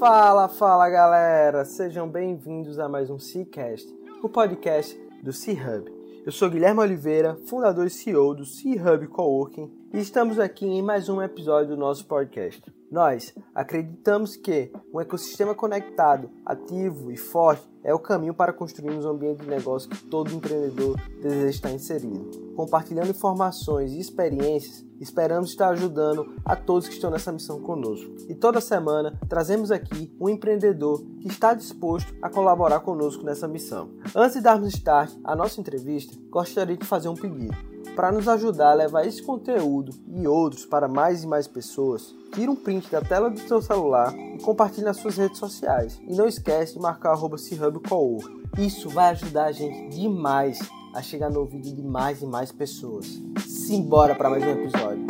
Fala galera, sejam bem-vindos a mais um C-Cast, o podcast do C-Hub. Eu sou Guilherme Oliveira, fundador e CEO do C-Hub Coworking e estamos aqui em mais um episódio do nosso podcast. Nós acreditamos que um ecossistema conectado, ativo e forte é o caminho para construirmos um ambiente de negócio que todo empreendedor deseja estar inserido. Compartilhando informações e experiências, esperamos estar ajudando a todos que estão nessa missão conosco. E toda semana trazemos aqui um empreendedor que está disposto a colaborar conosco nessa missão. Antes de darmos start à nossa entrevista, gostaria de fazer um pedido. Para nos ajudar a levar esse conteúdo e outros para mais e mais pessoas, tira um print da tela do seu celular e compartilhe nas suas redes sociais. E não esquece de marcar @chubcowork. Isso vai ajudar a gente demais a chegar no ouvido de mais e mais pessoas. Simbora para mais um episódio.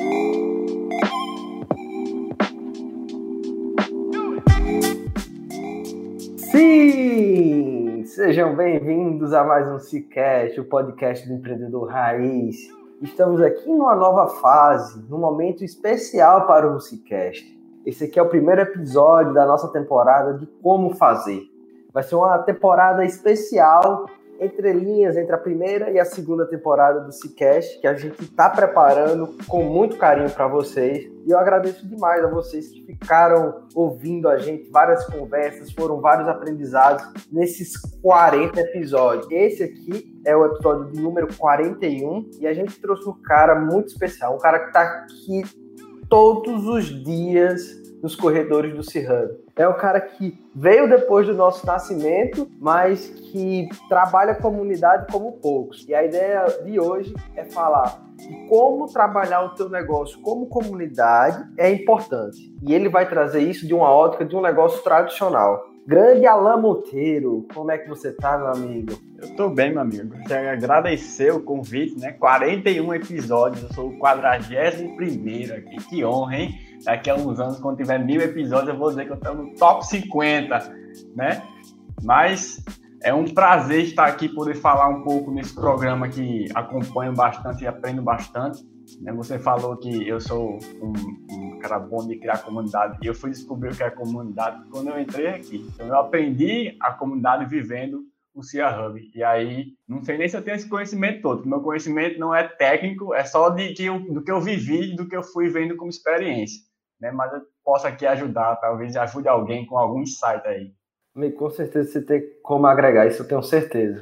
Sim! Sejam bem-vindos a mais um C-Cast, o podcast do empreendedor raiz. Estamos aqui numa nova fase, num momento especial para o C-Cast. Esse aqui é o primeiro episódio da nossa temporada de Como Fazer. Vai ser uma temporada especial, entre linhas, entre a primeira e a segunda temporada do C-Cast, que a gente está preparando com muito carinho para vocês. E eu agradeço demais a vocês que ficaram ouvindo a gente, várias conversas, foram vários aprendizados nesses 40 episódios. Esse aqui é o episódio de número 41 e a gente trouxe um cara muito especial, um cara que está aqui todos os dias nos corredores do C-Hub. É um cara que veio depois do nosso nascimento, mas que trabalha a comunidade como poucos. E a ideia de hoje é falar de como trabalhar o teu negócio como comunidade é importante. E ele vai trazer isso de uma ótica de um negócio tradicional. Grande Alan Monteiro, como é que você tá, meu amigo? Eu tô bem, meu amigo. Quero agradecer o convite, né? 41 episódios, eu sou o 41º aqui. Que honra, hein? Daqui a uns anos, quando tiver 1000 episódios, eu vou dizer que eu tô no top 50, né? Mas é um prazer estar aqui, poder falar um pouco nesse programa que acompanho bastante e aprendo bastante. Você falou que eu sou um cara bom de criar comunidade, e eu fui descobrir o que é comunidade quando eu entrei aqui. Então, eu aprendi a comunidade vivendo o C-Hub. E aí, não sei nem se eu tenho esse conhecimento todo, porque meu conhecimento não é técnico, é só do que eu vivi e do que eu fui vendo como experiência, né? Mas eu posso aqui ajudar, talvez ajude alguém com algum insight aí. Com certeza você tem como agregar, isso eu tenho certeza.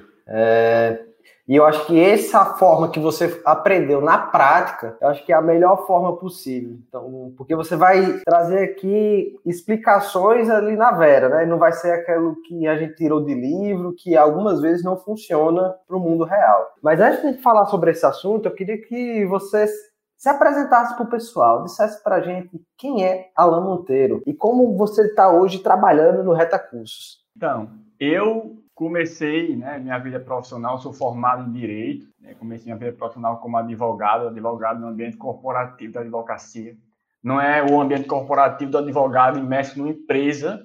E eu acho que essa forma que você aprendeu na prática, eu acho que é a melhor forma possível. Então, porque você vai trazer aqui explicações ali na vera, né? Não vai ser aquilo que a gente tirou de livro, que algumas vezes não funciona para o mundo real. Mas antes de falar sobre esse assunto, eu queria que você se apresentasse para o pessoal, dissesse para a gente quem é Alan Monteiro e como você está hoje trabalhando no Reta Cursos. Então, eu comecei, né, minha vida profissional, sou formado em Direito, né, comecei minha vida profissional como advogado no ambiente corporativo da advocacia. Não é o ambiente corporativo do advogado imerso numa empresa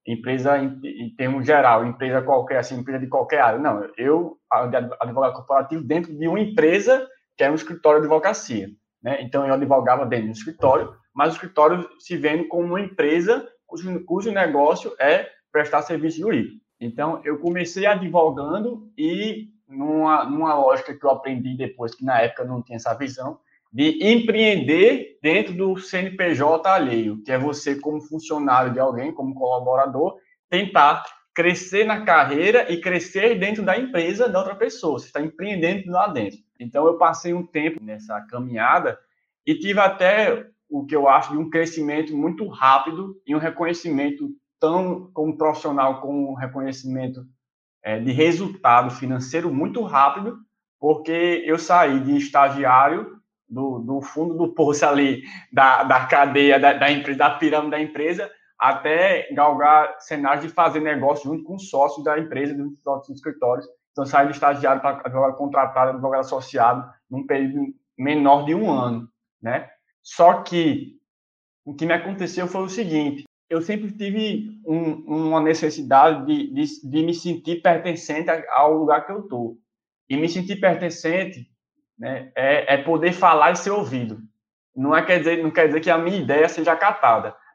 em termos geral, empresa qualquer, assim, empresa de qualquer área. Não, eu, advogado corporativo, dentro de uma empresa que é um escritório de advocacia, né? Então, eu advogava dentro do escritório, mas o escritório se vendo como uma empresa cujo negócio é prestar serviço jurídico. Então, eu comecei advogando e numa lógica que eu aprendi depois, que na época eu não tinha essa visão, de empreender dentro do CNPJ alheio, que é você, como funcionário de alguém, como colaborador, tentar crescer na carreira e crescer dentro da empresa da outra pessoa. Você está empreendendo lá dentro. Então, eu passei um tempo nessa caminhada e tive até o que eu acho de um crescimento muito rápido e um reconhecimento tão como profissional, com um reconhecimento de resultado financeiro muito rápido, porque eu saí de estagiário do fundo do poço ali, da cadeia da empresa, da pirâmide da empresa, até galgar cenários de fazer negócio junto com sócios da empresa, dos sócios escritórios. Então, saí de estagiário para advogado contratado, advogado associado, num período menor de um ano, né? Só que o que me aconteceu foi o seguinte: eu sempre tive uma necessidade de me sentir pertencente ao lugar que eu estou. E me sentir pertencente, né, é poder falar e ser ouvido. Não quer dizer que a minha ideia seja acatada,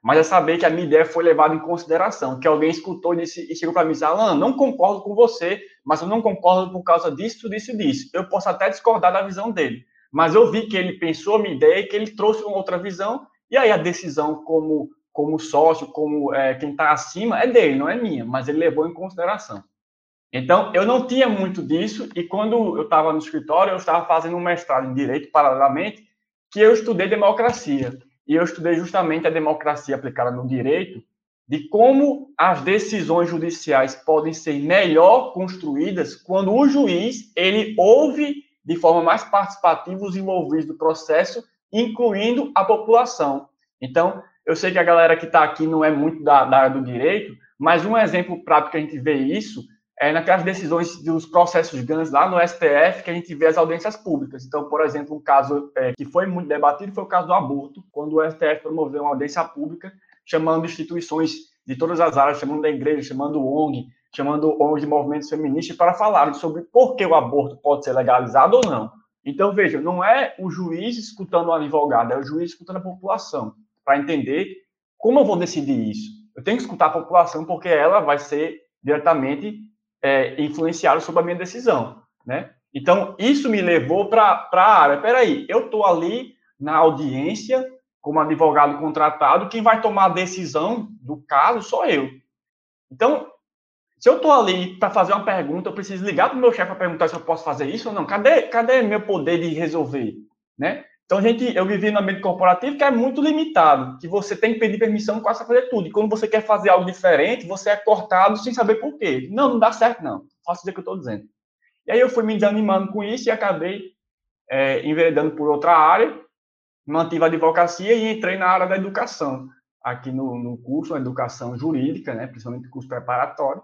mas é saber que a minha ideia foi levada em consideração, que alguém escutou e chegou para mim e disse, Alan, não concordo com você, mas eu não concordo por causa disso, disso e disso. Eu posso até discordar da visão dele, mas eu vi que ele pensou a minha ideia e que ele trouxe uma outra visão, e aí a decisão como sócio, como quem está acima, é dele, não é minha, mas ele levou em consideração. Então, eu não tinha muito disso, e quando eu estava no escritório, eu estava fazendo um mestrado em Direito, paralelamente, que eu estudei democracia. E eu estudei justamente a democracia aplicada no direito, de como as decisões judiciais podem ser melhor construídas quando o juiz ele ouve de forma mais participativa os envolvidos do processo, incluindo a população. Então, eu sei que a galera que está aqui não é muito da área do direito, mas um exemplo prático que a gente vê isso é naquelas decisões dos processos ganhos lá no STF, que a gente vê as audiências públicas. Então, por exemplo, um caso que foi muito debatido foi o caso do aborto, quando o STF promoveu uma audiência pública, chamando instituições de todas as áreas, chamando da igreja, chamando ONG, chamando ONG de movimentos feministas, para falar sobre por que o aborto pode ser legalizado ou não. Então, veja, não é o juiz escutando o advogado, é o juiz escutando a população, para entender como eu vou decidir isso. Eu tenho que escutar a população, porque ela vai ser diretamente influenciado sobre a minha decisão, né? Então, isso me levou para a área. Peraí, eu estou ali na audiência, como advogado contratado, quem vai tomar a decisão do caso sou eu. Então, se eu estou ali para fazer uma pergunta, eu preciso ligar para o meu chefe para perguntar se eu posso fazer isso ou não. Cadê meu poder de resolver, né? Então, eu vivi no ambiente corporativo que é muito limitado, que você tem que pedir permissão quase para fazer tudo. E quando você quer fazer algo diferente, você é cortado sem saber por quê. Não dá certo, não. Faço dizer o que eu estou dizendo. E aí eu fui me desanimando com isso e acabei enveredando por outra área, mantive a advocacia e entrei na área da educação. Aqui no curso, a educação jurídica, né, principalmente curso preparatório.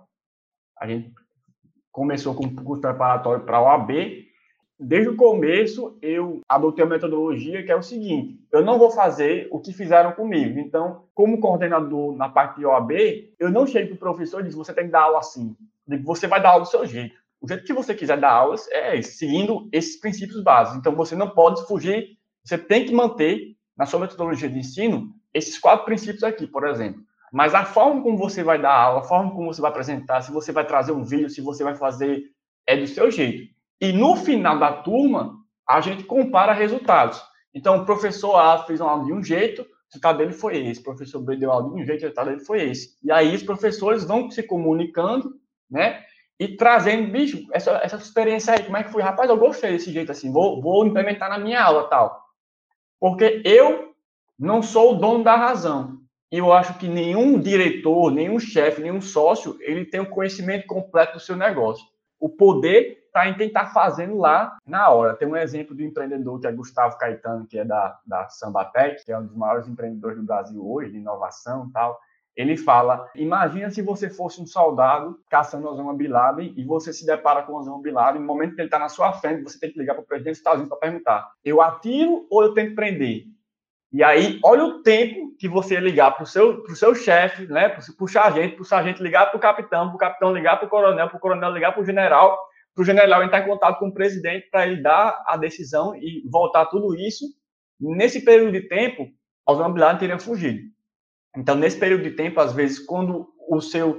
A gente começou com o curso preparatório para a OAB. Desde o começo, eu adotei a metodologia que é o seguinte, eu não vou fazer o que fizeram comigo. Então, como coordenador na parte de OAB, eu não chego para o professor e digo, você tem que dar aula assim. Eu digo, você vai dar aula do seu jeito. O jeito que você quiser dar aulas é seguindo esses princípios básicos. Então, você não pode fugir, você tem que manter, na sua metodologia de ensino, esses 4 princípios aqui, por exemplo. Mas a forma como você vai dar aula, a forma como você vai apresentar, se você vai trazer um vídeo, se você vai fazer, é do seu jeito. E no final da turma, a gente compara resultados. Então, o professor A fez uma aula de um jeito, o resultado dele foi esse. O professor B deu aula de um jeito, o resultado dele foi esse. E aí, os professores vão se comunicando, né? E trazendo, bicho, essa experiência aí, como é que foi? Rapaz, eu gostei desse jeito assim, vou implementar na minha aula tal. Porque eu não sou o dono da razão. E eu acho que nenhum diretor, nenhum chefe, nenhum sócio, ele tem o conhecimento completo do seu negócio. O poder está em quem está fazendo lá na hora. Tem um exemplo do empreendedor que é Gustavo Caetano, que é da Sambatec, que é um dos maiores empreendedores do Brasil hoje, de inovação e tal. Ele fala, imagina se você fosse um soldado caçando Osama Bin Laden e você se depara com Osama Bin Laden, no momento que ele está na sua frente, você tem que ligar para o presidente dos Estados Unidos para perguntar, eu atiro ou eu tenho que prender? E aí, olha o tempo que você ia ligar para o seu chefe, né, para o sargento ligar para o capitão ligar para o coronel ligar para o general entrar em contato com o presidente para ele dar a decisão e voltar tudo isso. Nesse período de tempo, Osama Bin Laden teria fugido. Então, nesse período de tempo, às vezes, quando o seu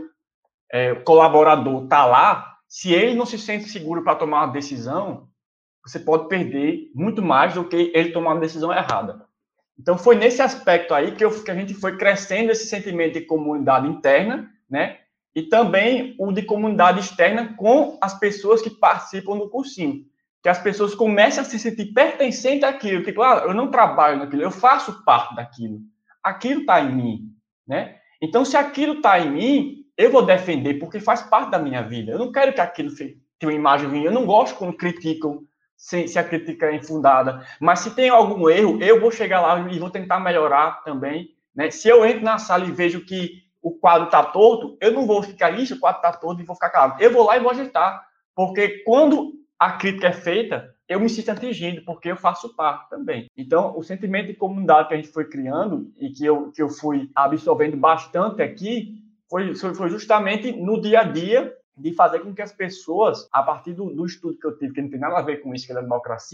colaborador está lá, se ele não se sente seguro para tomar uma decisão, você pode perder muito mais do que ele tomar uma decisão errada. Então, foi nesse aspecto aí que a gente foi crescendo esse sentimento de comunidade interna, né? E também o de comunidade externa com as pessoas que participam do cursinho. Que as pessoas comecem a se sentir pertencentes àquilo. Que, claro, eu não trabalho naquilo, eu faço parte daquilo. Aquilo está em mim, né? Então, se aquilo está em mim, eu vou defender, porque faz parte da minha vida. Eu não quero que aquilo tenha uma imagem ruim. Eu não gosto quando criticam se a crítica é infundada. Mas se tem algum erro, eu vou chegar lá e vou tentar melhorar também, né? Se eu entro na sala e vejo que o quadro está torto, eu não vou ficar, o quadro está torto e vou ficar calado. Eu vou lá e vou ajeitar. Porque quando a crítica é feita, eu me sinto atingido, porque eu faço parte também. Então, o sentimento de comunidade que a gente foi criando e que eu fui absorvendo bastante aqui, foi justamente no dia a dia, de fazer com que as pessoas, a partir do estudo que eu tive, que não tem nada a ver com isso, que é da democracia,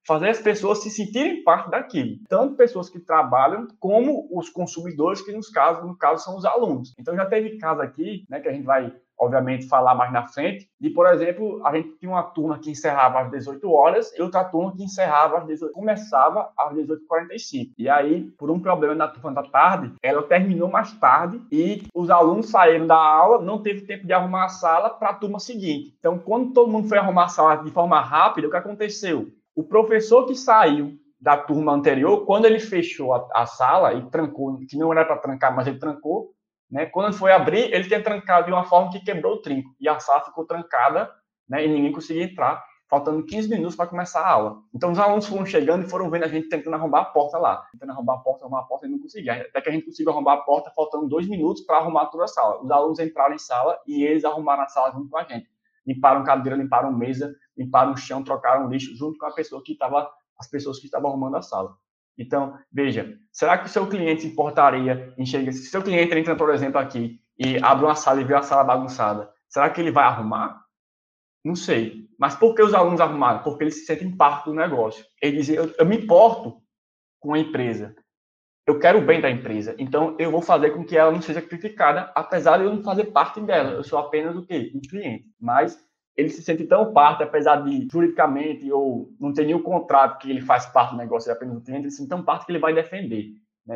fazer as pessoas se sentirem parte daquilo. Tanto pessoas que trabalham, como os consumidores, que no caso são os alunos. Então, já teve caso aqui, né, que a gente vai, obviamente, falar mais na frente, de, por exemplo, a gente tinha uma turma que encerrava às 18 horas e outra turma que começava às 18h45. E aí, por um problema na turma da tarde, ela terminou mais tarde e os alunos saíram da aula, não teve tempo de arrumar a sala para a turma seguinte. Então, quando todo mundo foi arrumar a sala de forma rápida, o que aconteceu? O professor que saiu da turma anterior, quando ele fechou a sala e trancou, que não era para trancar, mas ele trancou, né? Quando ele foi abrir, ele tinha trancado de uma forma que quebrou o trinco. E a sala ficou trancada, né? E ninguém conseguia entrar, faltando 15 minutos para começar a aula. Então, os alunos foram chegando e foram vendo a gente tentando arrombar a porta lá. Tentando arrombar a porta, e não conseguia. Até que a gente conseguiu arrombar a porta, faltando 2 minutos para arrumar toda a sala. Os alunos entraram em sala e eles arrumaram a sala junto com a gente. Limparam cadeira, limparam mesa, limparam o chão, trocaram lixo junto com as pessoas que estavam arrumando a sala. Então, veja, será que o seu cliente se importaria em chegar? Se o seu cliente entra, por exemplo, aqui e abre uma sala e vê a sala bagunçada, será que ele vai arrumar? Não sei. Mas por que os alunos arrumaram? Porque eles se sentem parte do negócio. Eles dizem, eu me importo com a empresa. Eu quero o bem da empresa. Então, eu vou fazer com que ela não seja criticada, apesar de eu não fazer parte dela. Eu sou apenas o quê? Um cliente. Mas ele se sente tão parte, apesar de juridicamente ou não ter nenhum contrato que ele faz parte do negócio, é apenas um cliente, ele se sente tão parte que ele vai defender, né?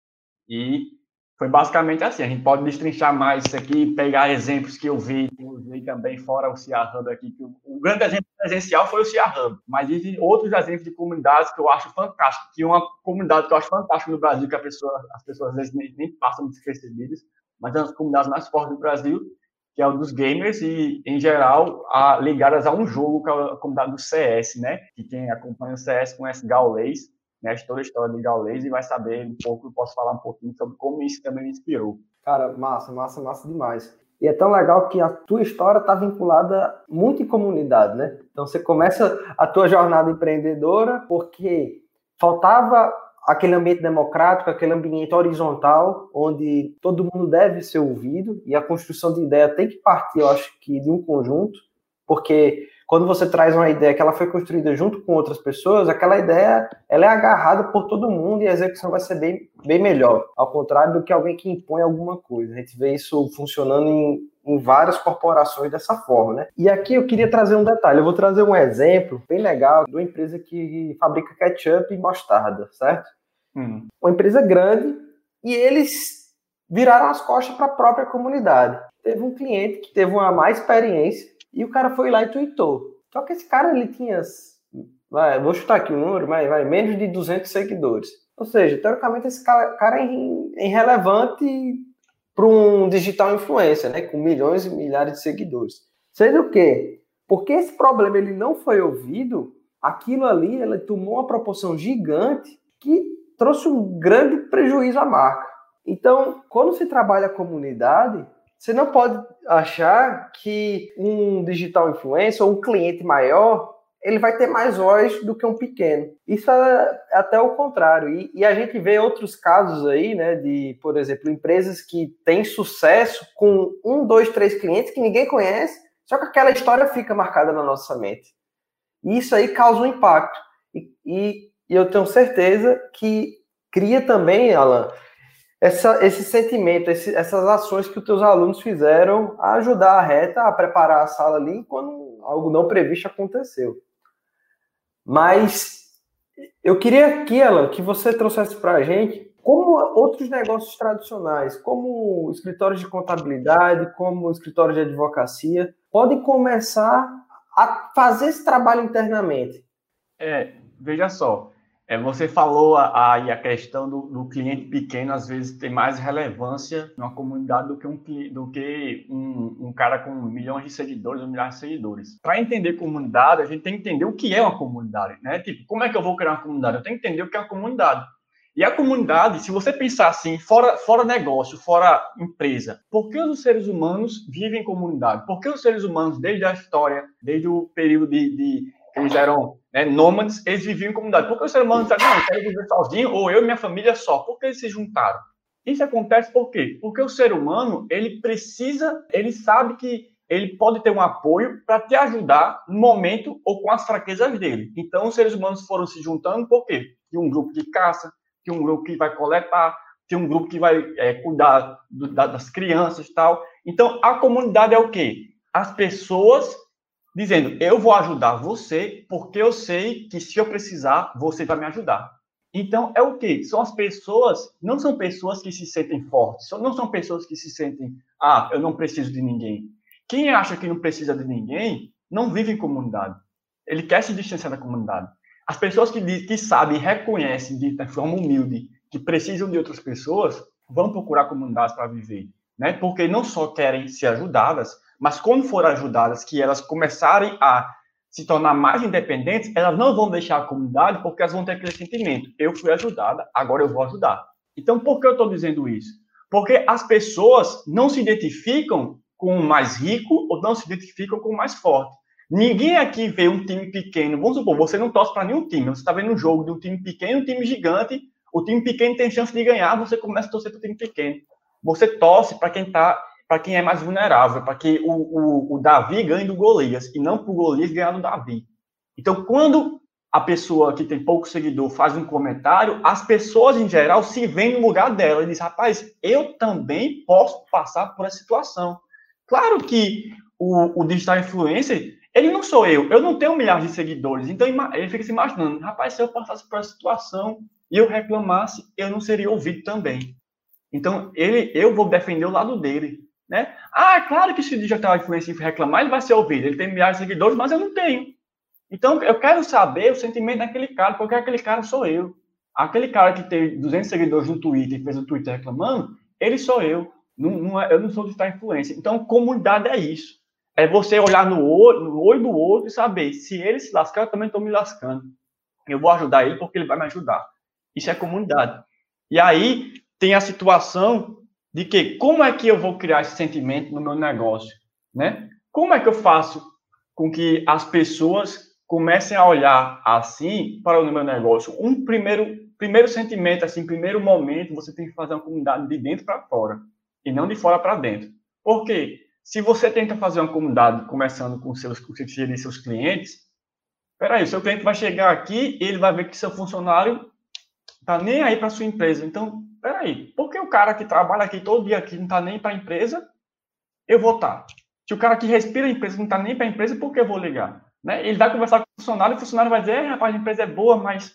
E foi basicamente assim. A gente pode destrinchar mais isso aqui, pegar exemplos que eu vi também, fora o CIA Hub aqui. Que o grande exemplo presencial foi o CIA Hub, mas existem outros exemplos de comunidades que eu acho fantástico. Que uma comunidade que eu acho fantástica no Brasil, que as pessoas às vezes nem passam despercebidas, mas é uma das comunidades mais fortes do Brasil, que é o dos gamers e, em geral, ligadas a um jogo, que é a comunidade do CS, né? Que quem acompanha o CS conhece Gaules, né? Toda a história de Gaules e vai saber um pouco, eu posso falar um pouquinho sobre como isso também me inspirou. Cara, massa demais. E é tão legal que a tua história está vinculada muito em comunidade, né? Então, você começa a tua jornada empreendedora porque faltava aquele ambiente democrático, aquele ambiente horizontal, onde todo mundo deve ser ouvido, e a construção de ideia tem que partir, eu acho que, de um conjunto, porque quando você traz uma ideia que ela foi construída junto com outras pessoas, aquela ideia ela é agarrada por todo mundo e a execução vai ser bem melhor, ao contrário do que alguém que impõe alguma coisa. A gente vê isso funcionando em várias corporações dessa forma, né? E aqui eu queria trazer um detalhe, eu vou trazer um exemplo bem legal de uma empresa que fabrica ketchup e mostarda, certo? Uma empresa grande, e eles viraram as costas para a própria comunidade. Teve um cliente que teve uma má experiência e o cara foi lá e tweetou. Só que esse cara, ele tinha, vou chutar aqui o número, mas menos de 200 seguidores. Ou seja, teoricamente esse cara é irrelevante para um digital influencer, né, com milhões e milhares de seguidores. Sendo o quê? Porque esse problema ele não foi ouvido, aquilo ali ele tomou uma proporção gigante que trouxe um grande prejuízo à marca. Então, quando se trabalha a comunidade, você não pode achar que um digital influencer ou um cliente maior, ele vai ter mais voz do que um pequeno. Isso é até o contrário. E a gente vê outros casos aí, né, de, por exemplo, empresas que têm sucesso com 1, 2, 3 clientes que ninguém conhece, só que aquela história fica marcada na nossa mente. E isso aí causa um impacto. E eu tenho certeza que cria também, Alan, esse sentimento, essas ações que os teus alunos fizeram a ajudar a Reta a preparar a sala ali quando algo não previsto aconteceu. Mas eu queria aqui, Alan, que você trouxesse para a gente como outros negócios tradicionais, como escritórios de contabilidade, como escritórios de advocacia, podem começar a fazer esse trabalho internamente. Veja só, você falou aí a questão do cliente pequeno, às vezes tem mais relevância numa comunidade do que um cara com milhões de seguidores ou milhares de seguidores. Para entender comunidade, a gente tem que entender o que é uma comunidade, né? Tipo, como é que eu vou criar uma comunidade? Eu tenho que entender o que é uma comunidade. E a comunidade, se você pensar assim, fora negócio, fora empresa, por que os seres humanos vivem em comunidade? Por que os seres humanos, desde a história, desde o período eles eram nômades, eles viviam em comunidade? Por que os seres humanos disseram, não, eu quero viver sozinho, ou eu e minha família só? Por que eles se juntaram? Isso acontece por quê? Porque o ser humano, ele sabe que ele pode ter um apoio para te ajudar no momento ou com as fraquezas dele. Então, os seres humanos foram se juntando, por quê? Tinha um grupo que caça, tinha um grupo que vai coletar, tinha um grupo que vai cuidar das crianças e tal. Então, a comunidade é o quê? As pessoas dizendo, eu vou ajudar você porque eu sei que se eu precisar, você vai me ajudar. Então, é o quê? São as pessoas, não são pessoas que se sentem fortes, não são pessoas que se sentem, eu não preciso de ninguém. Quem acha que não precisa de ninguém, não vive em comunidade. Ele quer se distanciar da comunidade. As pessoas que sabem e reconhecem de forma humilde que precisam de outras pessoas, vão procurar comunidades para viver, né? Porque não só querem ser ajudadas, mas quando forem ajudadas, que elas começarem a se tornar mais independentes, elas não vão deixar a comunidade porque elas vão ter aquele sentimento. Eu fui ajudada, agora eu vou ajudar. Então, por que eu estou dizendo isso? Porque as pessoas não se identificam com o mais rico ou não se identificam com o mais forte. Ninguém aqui vê um time pequeno. Vamos supor, você não torce para nenhum time. Você está vendo um jogo de um time pequeno e um time gigante. O time pequeno tem chance de ganhar, você começa a torcer para o time pequeno. Você torce para quem é mais vulnerável, para que o Davi ganhe do Golias, e não para o Golias ganhar do Davi. Então, quando a pessoa que tem pouco seguidor faz um comentário, as pessoas, em geral, se veem no lugar dela e dizem, rapaz, eu também posso passar por essa situação. Claro que o digital influencer, ele não sou eu não tenho milhares de seguidores, então ele fica se imaginando, rapaz, se eu passasse por essa situação e eu reclamasse, eu não seria ouvido também. Então, eu vou defender o lado dele, né? Claro que se o digital influencer reclamar, ele vai ser ouvido, ele tem milhares de seguidores, mas eu não tenho. Então, eu quero saber o sentimento daquele cara, porque aquele cara sou eu. Aquele cara que tem 200 seguidores no Twitter e fez um Twitter reclamando, ele sou eu. Eu não sou digital influencer. Então, comunidade é isso. É você olhar no olho do outro e saber, se ele se lascar, eu também estou me lascando. Eu vou ajudar ele porque ele vai me ajudar. Isso é comunidade. E aí, tem a situação de que, como é que eu vou criar esse sentimento no meu negócio, né? Como é que eu faço com que as pessoas comecem a olhar assim para o meu negócio? Um primeiro sentimento, assim, primeiro momento, você tem que fazer uma comunidade de dentro para fora e não de fora para dentro. Por quê? Se você tenta fazer uma comunidade começando com seus clientes, peraí, o seu cliente vai chegar aqui e ele vai ver que seu funcionário tá nem aí para sua empresa. Então, peraí, por que o cara que trabalha aqui todo dia aqui não tá nem para a empresa, eu vou estar? Se o cara que respira a empresa não tá nem para a empresa, por que eu vou ligar? Né? Ele vai conversar com o funcionário vai dizer, rapaz, a empresa é boa, mas,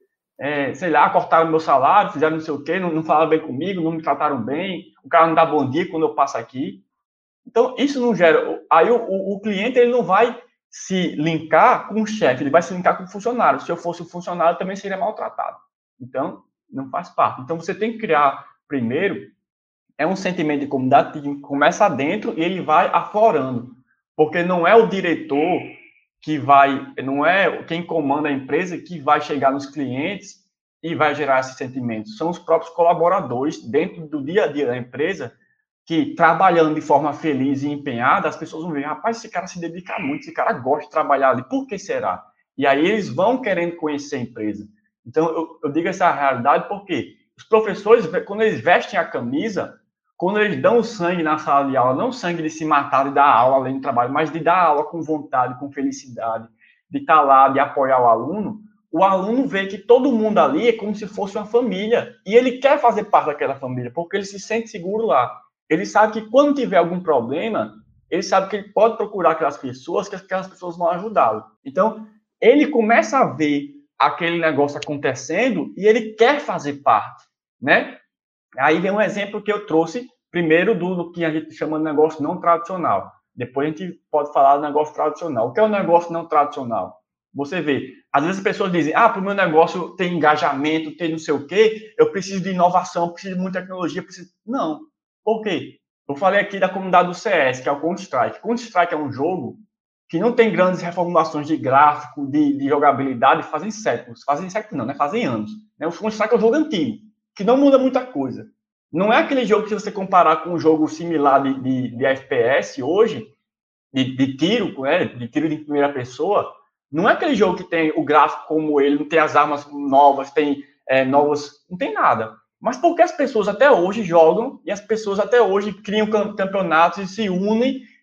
sei lá, cortaram meu salário, fizeram não sei o quê, não falaram bem comigo, não me trataram bem, o cara não dá bom dia quando eu passo aqui. Então, isso não gera... Aí o cliente, ele não vai se linkar com o chefe, ele vai se linkar com o funcionário. Se eu fosse um funcionário, eu também seria maltratado. Então, não faz parte. Então, você tem que criar, primeiro, um sentimento de comunidade que começa dentro e ele vai aflorando. Porque não é o diretor que vai, não é quem comanda a empresa que vai chegar nos clientes e vai gerar esse sentimento. São os próprios colaboradores dentro do dia a dia da empresa que, trabalhando de forma feliz e empenhada, as pessoas vão ver, rapaz, esse cara se dedica muito, esse cara gosta de trabalhar ali, por que será? E aí eles vão querendo conhecer a empresa. Então, eu digo essa realidade porque os professores, quando eles vestem a camisa, quando eles dão o sangue na sala de aula, não o sangue de se matar, de dar aula além do trabalho, mas de dar aula com vontade, com felicidade, de estar lá, de apoiar o aluno vê que todo mundo ali é como se fosse uma família, e ele quer fazer parte daquela família, porque ele se sente seguro lá. Ele sabe que quando tiver algum problema, ele sabe que ele pode procurar aquelas pessoas, que aquelas pessoas vão ajudá-lo. Então, ele começa a ver aquele negócio acontecendo e ele quer fazer parte, né? Aí vem um exemplo que eu trouxe, primeiro do que a gente chama de negócio não tradicional. Depois a gente pode falar do negócio tradicional. O que é o negócio não tradicional? Você vê, às vezes as pessoas dizem, para o meu negócio ter engajamento, ter não sei o quê, eu preciso de inovação, preciso de muita tecnologia, preciso... Não. Por quê? Eu falei aqui da comunidade do CS, que é o Counter-Strike. Counter-Strike é um jogo que não tem grandes reformulações de gráfico, de jogabilidade, fazem séculos. Fazem séculos não, né? Fazem anos. Né? O Counter-Strike é um jogo antigo, que não muda muita coisa. Não é aquele jogo que, se você comparar com um jogo similar de FPS hoje, de tiro, né? De tiro de primeira pessoa, não é aquele jogo que tem o gráfico como ele, não tem as armas novas, tem novas... Não tem nada. Mas porque as pessoas até hoje jogam e as pessoas até hoje criam campeonatos e se unem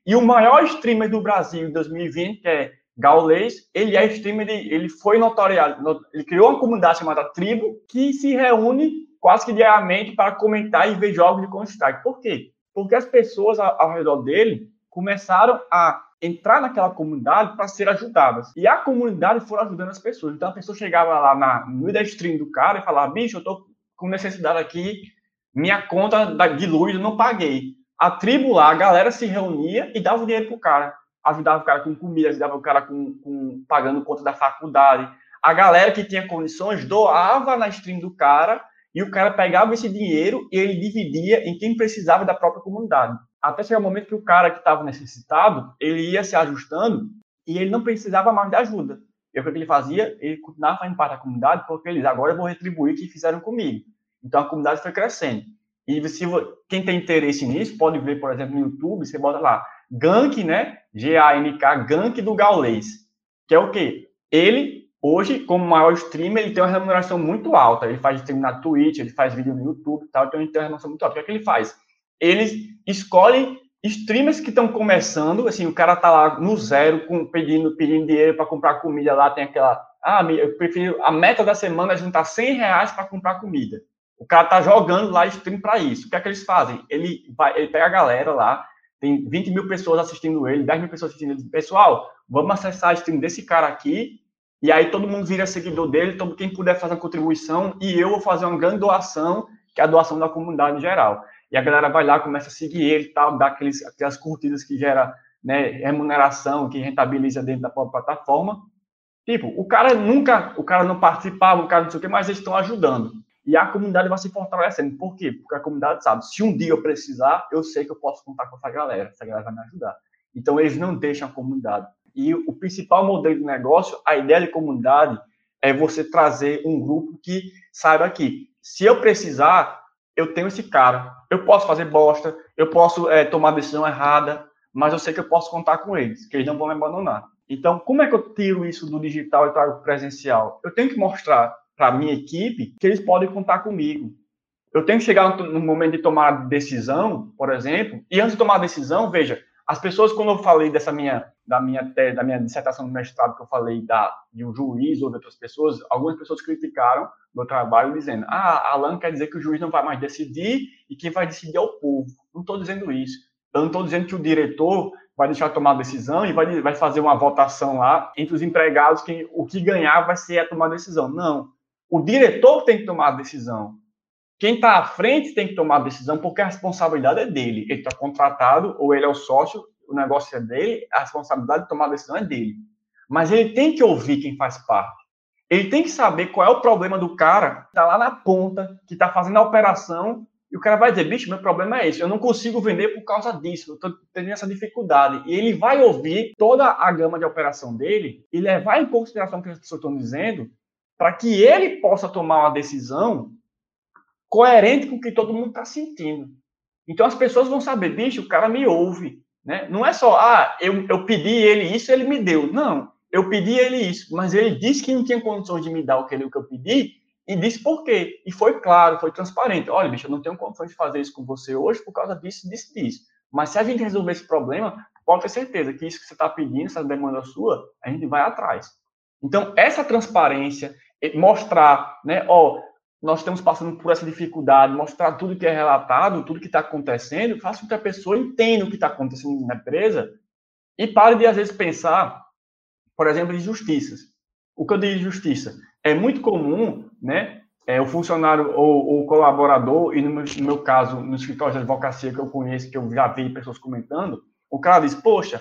E o maior streamer do Brasil em 2020, que é Gaules, ele é streamer, ele foi notoriado, ele criou uma comunidade chamada Tribo, que se reúne quase que diariamente para comentar e ver jogos de Counter-Strike. Por quê? Porque as pessoas ao redor dele começaram a entrar naquela comunidade para ser ajudadas. E a comunidade foi ajudando as pessoas. Então a pessoa chegava lá no meio da stream do cara e falava, bicho, eu tô com necessidade aqui, minha conta de luz eu não paguei. A tribo lá, a galera se reunia e dava o dinheiro pro cara. Ajudava o cara com comida, ajudava o cara com pagando conta da faculdade. A galera que tinha condições doava na stream do cara e o cara pegava esse dinheiro e ele dividia em quem precisava da própria comunidade. Até chegar o momento que o cara que estava necessitado, ele ia se ajustando e ele não precisava mais de ajuda. E o que ele fazia? Ele continuava fazendo parte da comunidade porque eles, agora eu vou retribuir o que fizeram comigo. Então a comunidade foi crescendo. E se quem tem interesse nisso, pode ver, por exemplo, no YouTube, você bota lá, Gank, né? G-A-N-K, Gank do Gaules. Que é o quê? Ele, hoje, como maior streamer, ele tem uma remuneração muito alta. Ele faz stream na Twitch, ele faz vídeo no YouTube e tal, então ele tem uma remuneração muito alta. O que é que ele faz? Eles escolhem streamers que estão começando, assim, o cara tá lá no zero, pedindo dinheiro para comprar comida lá, tem aquela, eu prefiro, a meta da semana é juntar R$100 para comprar comida. O cara tá jogando lá stream para isso. O que é que eles fazem? Ele pega a galera lá, tem 20 mil pessoas assistindo ele, 10 mil pessoas assistindo ele. Pessoal, vamos acessar a stream desse cara aqui, e aí todo mundo vira seguidor dele, todo quem puder fazer uma contribuição, e eu vou fazer uma grande doação, que é a doação da comunidade em geral. E a galera vai lá, começa a seguir ele e tal, dá aquelas curtidas que gera, né, remuneração, que rentabiliza dentro da própria plataforma. Tipo, o cara não participava, o cara não sei o quê, mas eles estão ajudando. E a comunidade vai se fortalecendo. Por quê? Porque a comunidade sabe, se um dia eu precisar, eu sei que eu posso contar com essa galera vai me ajudar. Então, eles não deixam a comunidade. E o principal modelo de negócio, a ideia de comunidade, é você trazer um grupo que saiba que, se eu precisar, eu tenho esse cara. Eu posso fazer bosta, eu posso tomar decisão errada, mas eu sei que eu posso contar com eles, que eles não vão me abandonar. Então, como é que eu tiro isso do digital e trago presencial? Eu tenho que mostrar para a minha equipe que eles podem contar comigo. Eu tenho que chegar no momento de tomar decisão, por exemplo, e antes de tomar a decisão, veja, as pessoas, quando eu falei da minha dissertação do mestrado, que eu falei de um juiz ou de outras pessoas, algumas pessoas criticaram meu trabalho dizendo, Alan quer dizer que o juiz não vai mais decidir e quem vai decidir é o povo. Não estou dizendo isso. Eu não estou dizendo que o diretor vai deixar tomar a decisão e vai fazer uma votação lá entre os empregados, que o que ganhar vai ser a tomar a decisão. Não. O diretor tem que tomar a decisão. Quem está à frente tem que tomar a decisão porque a responsabilidade é dele. Ele está contratado ou ele é o sócio, o negócio é dele, a responsabilidade de tomar a decisão é dele. Mas ele tem que ouvir quem faz parte. Ele tem que saber qual é o problema do cara que está lá na ponta, que está fazendo a operação, e o cara vai dizer, bicho, meu problema é esse, eu não consigo vender por causa disso, eu estou tendo essa dificuldade. E ele vai ouvir toda a gama de operação dele e levar em consideração o que as pessoas estão dizendo, para que ele possa tomar uma decisão coerente com o que todo mundo está sentindo. Então as pessoas vão saber, bicho, o cara me ouve, né? Não é só, eu pedi ele isso, ele me deu. Não, eu pedi ele isso, mas ele disse que não tinha condições de me dar o que eu pedi e disse por quê. E foi claro, foi transparente. Olha, bicho, eu não tenho condições de fazer isso com você hoje por causa disso. Mas se a gente resolver esse problema, pode ter certeza que isso que você está pedindo, essa demanda sua, a gente vai atrás. Então, essa transparência, mostrar, né, nós estamos passando por essa dificuldade, mostrar tudo que é relatado, tudo que está acontecendo, faça com que a pessoa entenda o que está acontecendo na empresa e pare de, às vezes, pensar, por exemplo, em justiças. O que eu digo de justiça? É muito comum, né, o funcionário ou o colaborador, e no meu caso, no escritório de advocacia que eu conheço, que eu já vi pessoas comentando, o cara diz, poxa,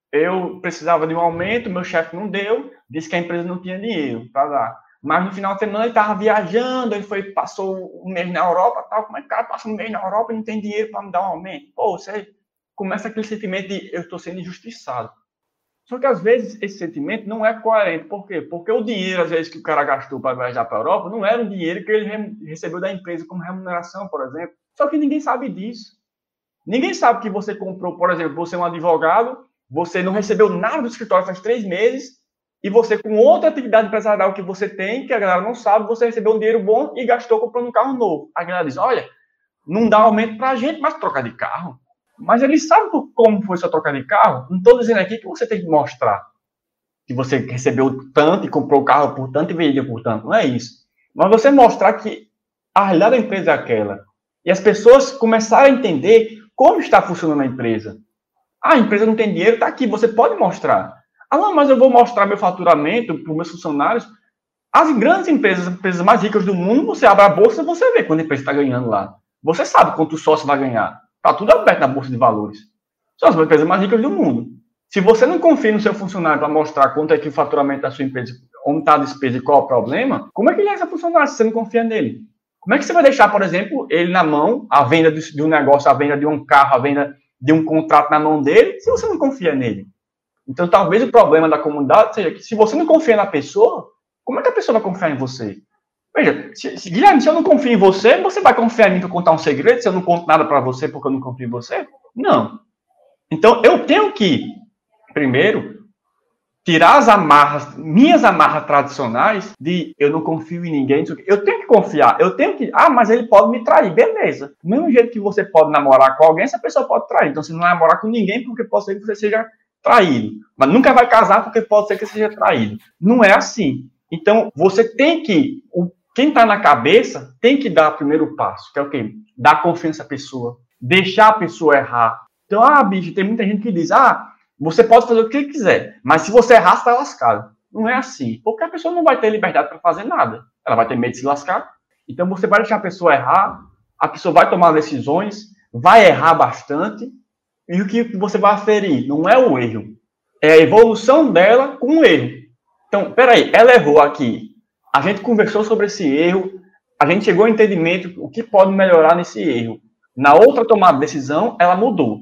eu precisava de um aumento, meu chefe não deu, disse que a empresa não tinha dinheiro para dar. Mas no final de semana ele estava viajando, passou um mês na Europa, tal. Como é que o cara passa um mês na Europa e não tem dinheiro para me dar um aumento? Pô, você começa aquele sentimento de eu estou sendo injustiçado. Só que às vezes esse sentimento não é coerente. Por quê? Porque o dinheiro, às vezes, que o cara gastou para viajar para a Europa não era um dinheiro que ele recebeu da empresa como remuneração, por exemplo. Só que ninguém sabe disso. Ninguém sabe que você comprou, por exemplo, você é um advogado, você não recebeu nada do escritório faz 3 meses, e você, com outra atividade empresarial que você tem, que a galera não sabe, você recebeu um dinheiro bom e gastou comprando um carro novo. A galera diz, olha, não dá aumento pra gente, mas troca de carro. Mas ele sabe como foi sua troca de carro? Não estou dizendo aqui que você tem que mostrar que você recebeu tanto e comprou o carro por tanto e vendeu por tanto. Não é isso. Mas você mostrar que a realidade da empresa é aquela. E as pessoas começarem a entender como está funcionando a empresa. Ah, a empresa não tem dinheiro, está aqui, você pode mostrar. Ah, não, mas eu vou mostrar meu faturamento para os meus funcionários. As grandes empresas, as empresas mais ricas do mundo, você abre a bolsa e você vê quando a empresa está ganhando lá. Você sabe quanto o sócio vai ganhar. Está tudo aberto na bolsa de valores. São as empresas mais ricas do mundo. Se você não confia no seu funcionário para mostrar quanto é que o faturamento da sua empresa, onde está a despesa e qual é o problema, como é que ele é seu funcionário se você não confia nele? Como é que você vai deixar, por exemplo, ele na mão, a venda de um negócio, a venda de um carro, a venda de um contrato na mão dele, se você não confia nele? Então, talvez o problema da comunidade seja que se você não confia na pessoa, como é que a pessoa vai confiar em você? Veja, Guilherme, se eu não confio em você, você vai confiar em mim para contar um segredo? Se eu não conto nada para você porque eu não confio em você? Não. Então, eu tenho que, primeiro, tirar as amarras, minhas amarras tradicionais de eu não confio em ninguém. Eu tenho que confiar. Eu tenho que... Ah, mas ele pode me trair. Beleza. Do mesmo jeito que você pode namorar com alguém, essa pessoa pode trair. Então, você não vai namorar com ninguém porque pode ser que você seja traído. Mas nunca vai casar porque pode ser que seja traído. Não é assim. Então, você tem que... Quem está na cabeça tem que dar o primeiro passo, que é o quê? Dar confiança à pessoa. Deixar a pessoa errar. Então, bicho, tem muita gente que diz, você pode fazer o que quiser, mas se você errar, você está lascado. Não é assim, porque a pessoa não vai ter liberdade para fazer nada. Ela vai ter medo de se lascar. Então, você vai deixar a pessoa errar, a pessoa vai tomar decisões, vai errar bastante, e o que você vai aferir não é o erro, é a evolução dela com o erro. Então, peraí, ela errou aqui. A gente conversou sobre esse erro, a gente chegou ao entendimento o que pode melhorar nesse erro. Na outra tomada de decisão, ela mudou.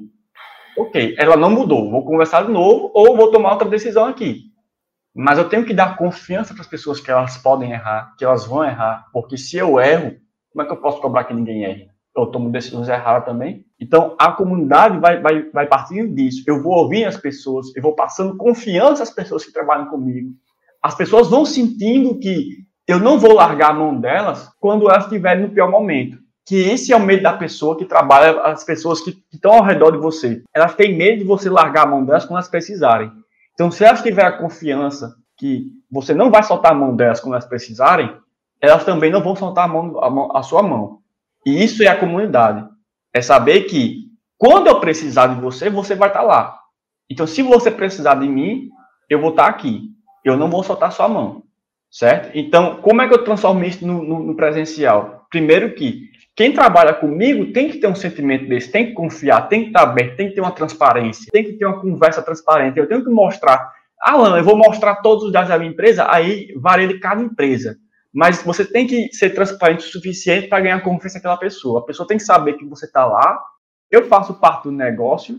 Ok, ela não mudou, vou conversar de novo ou vou tomar outra decisão aqui. Mas eu tenho que dar confiança para as pessoas que elas podem errar, que elas vão errar, porque se eu erro, como é que eu posso cobrar que ninguém erre? Eu tomo decisões erradas também. Então, a comunidade vai partindo disso. Eu vou ouvir as pessoas, eu vou passando confiança às pessoas que trabalham comigo. As pessoas vão sentindo que eu não vou largar a mão delas quando elas estiverem no pior momento. Que esse é o medo da pessoa que trabalha, as pessoas que estão ao redor de você. Elas têm medo de você largar a mão delas quando elas precisarem. Então, se elas tiverem a confiança que você não vai soltar a mão delas quando elas precisarem, elas também não vão soltar a sua mão. E isso é a comunidade. É saber que quando eu precisar de você, você vai estar lá. Então, se você precisar de mim, eu vou estar aqui. Eu não vou soltar a sua mão. Certo? Então, como é que eu transformo isso no presencial? Primeiro que quem trabalha comigo tem que ter um sentimento desse, tem que confiar, tem que estar aberto, tem que ter uma transparência, tem que ter uma conversa transparente. Eu tenho que mostrar, Alan, eu vou mostrar todos os dados da minha empresa, aí varia de cada empresa. Mas você tem que ser transparente o suficiente para ganhar confiança daquela pessoa. A pessoa tem que saber que você está lá. Eu faço parte do negócio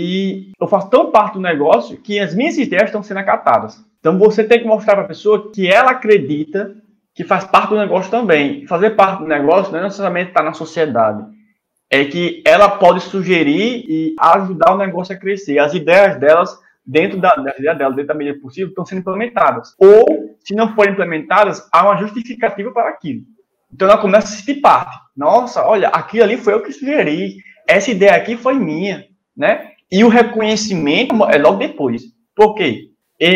e eu faço tão parte do negócio que as minhas ideias estão sendo acatadas. Então, você tem que mostrar para a pessoa que ela acredita que faz parte do negócio também. Fazer parte do negócio não é necessariamente estar na sociedade. É que ela pode sugerir e ajudar o negócio a crescer. As ideias delas, dentro da medida possível, estão sendo implementadas. Ou, se não forem implementadas, há uma justificativa para aquilo. Então, ela começa a sentir parte. Nossa, olha, aquilo ali foi eu que sugeri. Essa ideia aqui foi minha, né? E o reconhecimento é logo depois. Por quê?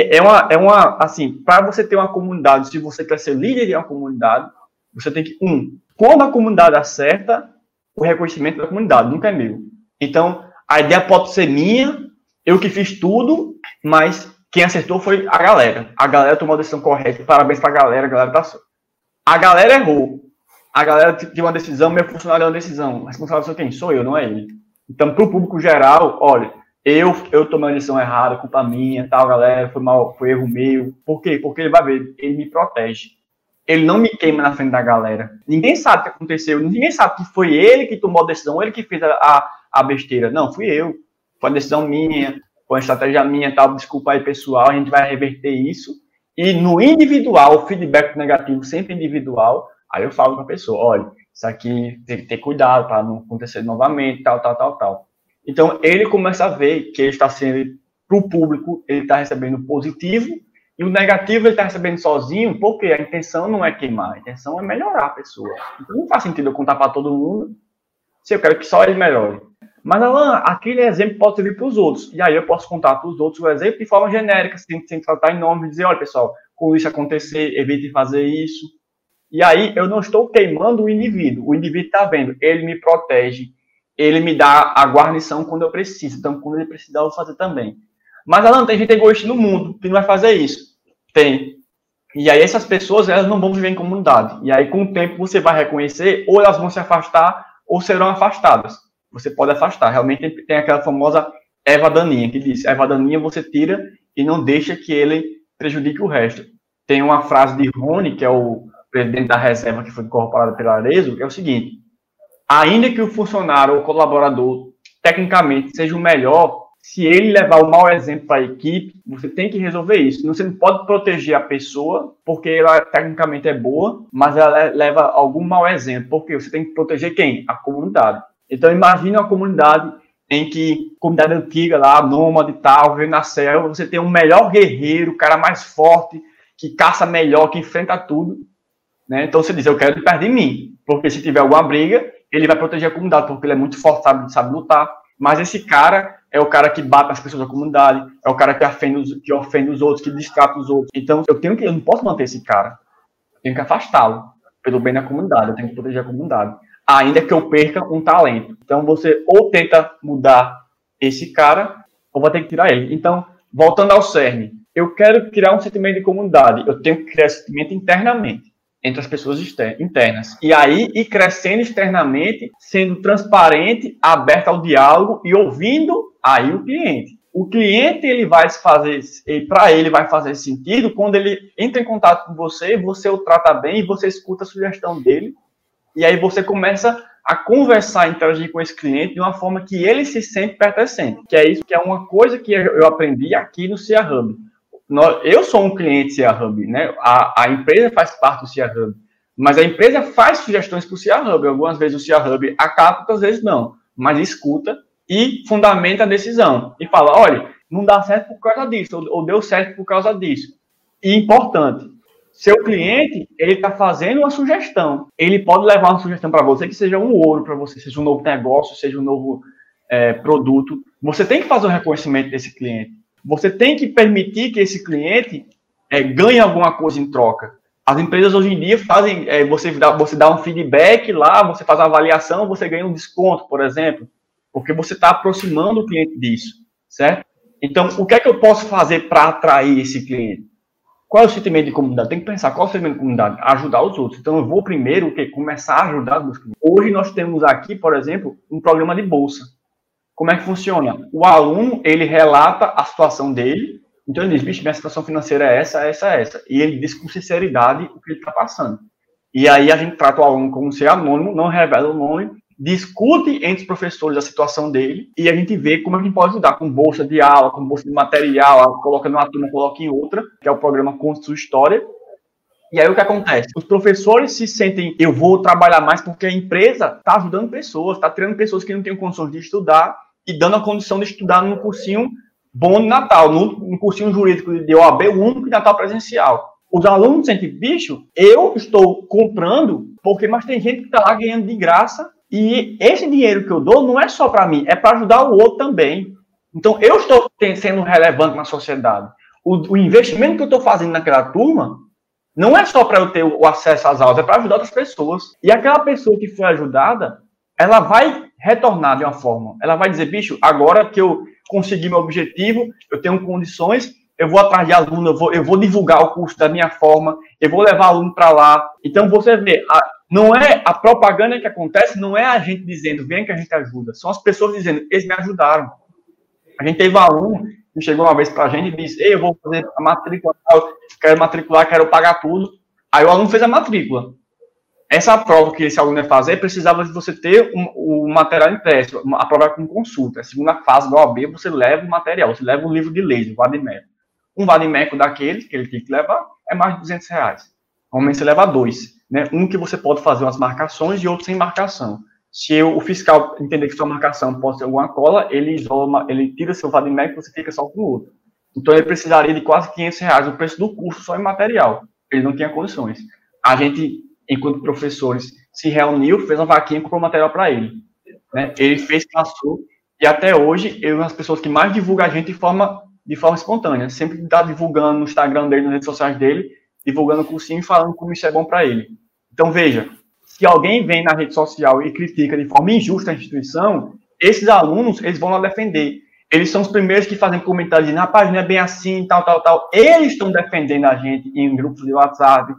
Assim, para você ter uma comunidade, se você quer ser líder de uma comunidade, você tem que, quando a comunidade acerta, o reconhecimento da comunidade, nunca é meu. Então, a ideia pode ser minha, eu que fiz tudo, mas quem acertou foi a galera. A galera tomou a decisão correta, parabéns para a galera tá certo. A galera errou. A galera tinha uma decisão, meu funcionário deu uma decisão. A responsável quem? Sou eu, não é ele. Então, para o público geral, olha, eu tomei uma decisão errada, culpa minha, tal, galera, foi erro meu. Por quê? Porque ele vai ver, ele me protege. Ele não me queima na frente da galera. Ninguém sabe o que aconteceu, ninguém sabe que foi ele que tomou a decisão, ele que fez a besteira. Não, fui eu. Foi uma decisão minha, foi uma estratégia minha, tal, desculpa aí, pessoal, a gente vai reverter isso. E no individual, o feedback negativo sempre individual, aí eu falo para a pessoa, olha, isso aqui tem que ter cuidado para não acontecer novamente, tal. Então, ele começa a ver que ele está sendo, para o público, ele está recebendo positivo, e o negativo ele está recebendo sozinho, porque a intenção não é queimar, a intenção é melhorar a pessoa. Então, não faz sentido eu contar para todo mundo, se eu quero que só ele melhore. Mas, Alan, aquele exemplo pode servir para os outros. E aí eu posso contar para os outros o exemplo de forma genérica, sem tratar em nome e dizer, olha, pessoal, quando isso acontecer, evite fazer isso. E aí eu não estou queimando o indivíduo. O indivíduo está vendo, ele me protege, ele me dá a guarnição quando eu preciso. Então, quando ele precisar, eu vou fazer também. Mas, Alan, tem gente egoísta no mundo que não vai fazer isso. Tem. E aí essas pessoas, elas não vão viver em comunidade. E aí, com o tempo, você vai reconhecer, ou elas vão se afastar, ou serão afastadas. Você pode afastar. Realmente tem aquela famosa erva daninha, que diz, a erva daninha você tira e não deixa que ele prejudique o resto. Tem uma frase de Rony, que é o presidente da reserva que foi incorporado pela Arezzo, que é o seguinte: ainda que o funcionário ou colaborador, tecnicamente, seja o melhor, se ele levar o mau exemplo para a equipe, você tem que resolver isso. Você não pode proteger a pessoa porque ela tecnicamente é boa, mas ela leva algum mau exemplo. Porque você tem que proteger quem? A comunidade. Então, imagine uma comunidade em que, comunidade antiga lá, nômade e tal, vivendo na selva, você tem um melhor guerreiro, o cara mais forte, que caça melhor, que enfrenta tudo. Né? Então, você diz, eu quero ele perto de mim. Porque se tiver alguma briga, ele vai proteger a comunidade, porque ele é muito forte, sabe lutar. Mas esse cara é o cara que bate as pessoas da comunidade, é o cara que ofende os outros, que distrata os outros. Então, eu não posso manter esse cara. Eu tenho que afastá-lo, pelo bem da comunidade, eu tenho que proteger a comunidade. Ainda que eu perca um talento. Então, você ou tenta mudar esse cara, ou vai ter que tirar ele. Então, voltando ao cerne, eu quero criar um sentimento de comunidade, eu tenho que criar esse sentimento internamente, entre as pessoas internas. E aí, ir crescendo externamente, sendo transparente, aberto ao diálogo e ouvindo aí o cliente. O cliente, ele vai fazer, para ele vai fazer sentido quando ele entra em contato com você, você o trata bem e você escuta a sugestão dele. E aí você começa a conversar, interagir com esse cliente de uma forma que ele se sente pertencente. Que é isso, que é uma coisa que eu aprendi aqui no CIA Hub. Eu sou um cliente CIA Hub, né? A empresa faz parte do CIA Hub, mas a empresa faz sugestões para o CIA Hub. Algumas vezes o CIA Hub acata, outras vezes não, mas escuta e fundamenta a decisão e fala, olha, não dá certo por causa disso, ou deu certo por causa disso. E importante, seu cliente, ele está fazendo uma sugestão. Ele pode levar uma sugestão para você que seja um ouro para você, seja um novo negócio, seja um novo produto. Você tem que fazer um reconhecimento desse cliente. Você tem que permitir que esse cliente ganhe alguma coisa em troca. As empresas hoje em dia fazem, você dá um feedback lá, você faz uma avaliação, você ganha um desconto, por exemplo, porque você está aproximando o cliente disso, certo? Então, o que é que eu posso fazer para atrair esse cliente? Qual é o sentimento de comunidade? Tem que pensar, qual é o sentimento de comunidade? Ajudar os outros. Então, eu vou primeiro começar a ajudar os meus clientes. Hoje nós temos aqui, por exemplo, um programa de bolsa. Como é que funciona? O aluno, ele relata a situação dele, então ele diz, bicho, minha situação financeira é essa, essa, essa. E ele diz com sinceridade o que ele está passando. E aí a gente trata o aluno como ser anônimo, não revela o nome, discute entre os professores a situação dele, e a gente vê como a gente pode ajudar, com bolsa de aula, com bolsa de material, coloca numa turma, coloca em outra, que é o programa Conte Sua História. E aí o que acontece? Os professores se sentem, eu vou trabalhar mais porque a empresa está ajudando pessoas, está treinando pessoas que não têm condições de estudar, e dando a condição de estudar num cursinho bom de Natal, num cursinho jurídico de OAB, o único de Natal presencial. Os alunos sentem, bicho, eu estou comprando, mas tem gente que está lá ganhando de graça, e esse dinheiro que eu dou não é só para mim, é para ajudar o outro também. Então, eu estou sendo relevante na sociedade. O investimento que eu estou fazendo naquela turma não é só para eu ter o acesso às aulas, é para ajudar outras pessoas. E aquela pessoa que foi ajudada, ela vai retornar de uma forma. Ela vai dizer, bicho, agora que eu consegui meu objetivo, eu tenho condições, eu vou atrás de aluno, eu vou divulgar o curso da minha forma, eu vou levar aluno para lá. Então, você vê, não é a propaganda que acontece, não é a gente dizendo, vem que a gente ajuda. São as pessoas dizendo, eles me ajudaram. A gente teve um aluno que chegou uma vez para a gente e disse, ei, eu vou fazer a matrícula, quero matricular, quero pagar tudo. Aí o aluno fez a matrícula. Essa prova que esse aluno ia fazer, precisava de você ter o material impresso. A prova é com consulta. A segunda fase da OAB, você leva o material, você leva o livro de leis, o vadimeco. Um vadimeco daquele, que ele tem que levar, é mais de R$200. Normalmente você leva 2. Né? Um que você pode fazer umas marcações e outro sem marcação. Se o fiscal entender que sua marcação pode ter alguma cola, ele tira seu vadimeco e você fica só com o outro. Então ele precisaria de quase R$500 o preço do curso só em material. Ele não tinha condições. A gente, enquanto professores, se reuniu, fez uma vaquinha e comprou material para ele. Né? Ele fez, passou, E até hoje, eu uma das pessoas que mais divulga a gente de forma espontânea. Sempre está divulgando no Instagram dele, nas redes sociais dele, divulgando o cursinho e falando como isso é bom para ele. Então, veja, se alguém vem na rede social e critica de forma injusta a instituição, esses alunos, eles vão lá defender. Eles são os primeiros que fazem comentários dizendo, rapaz, não é bem assim, tal, tal, tal. Eles estão defendendo a gente em grupos de WhatsApp,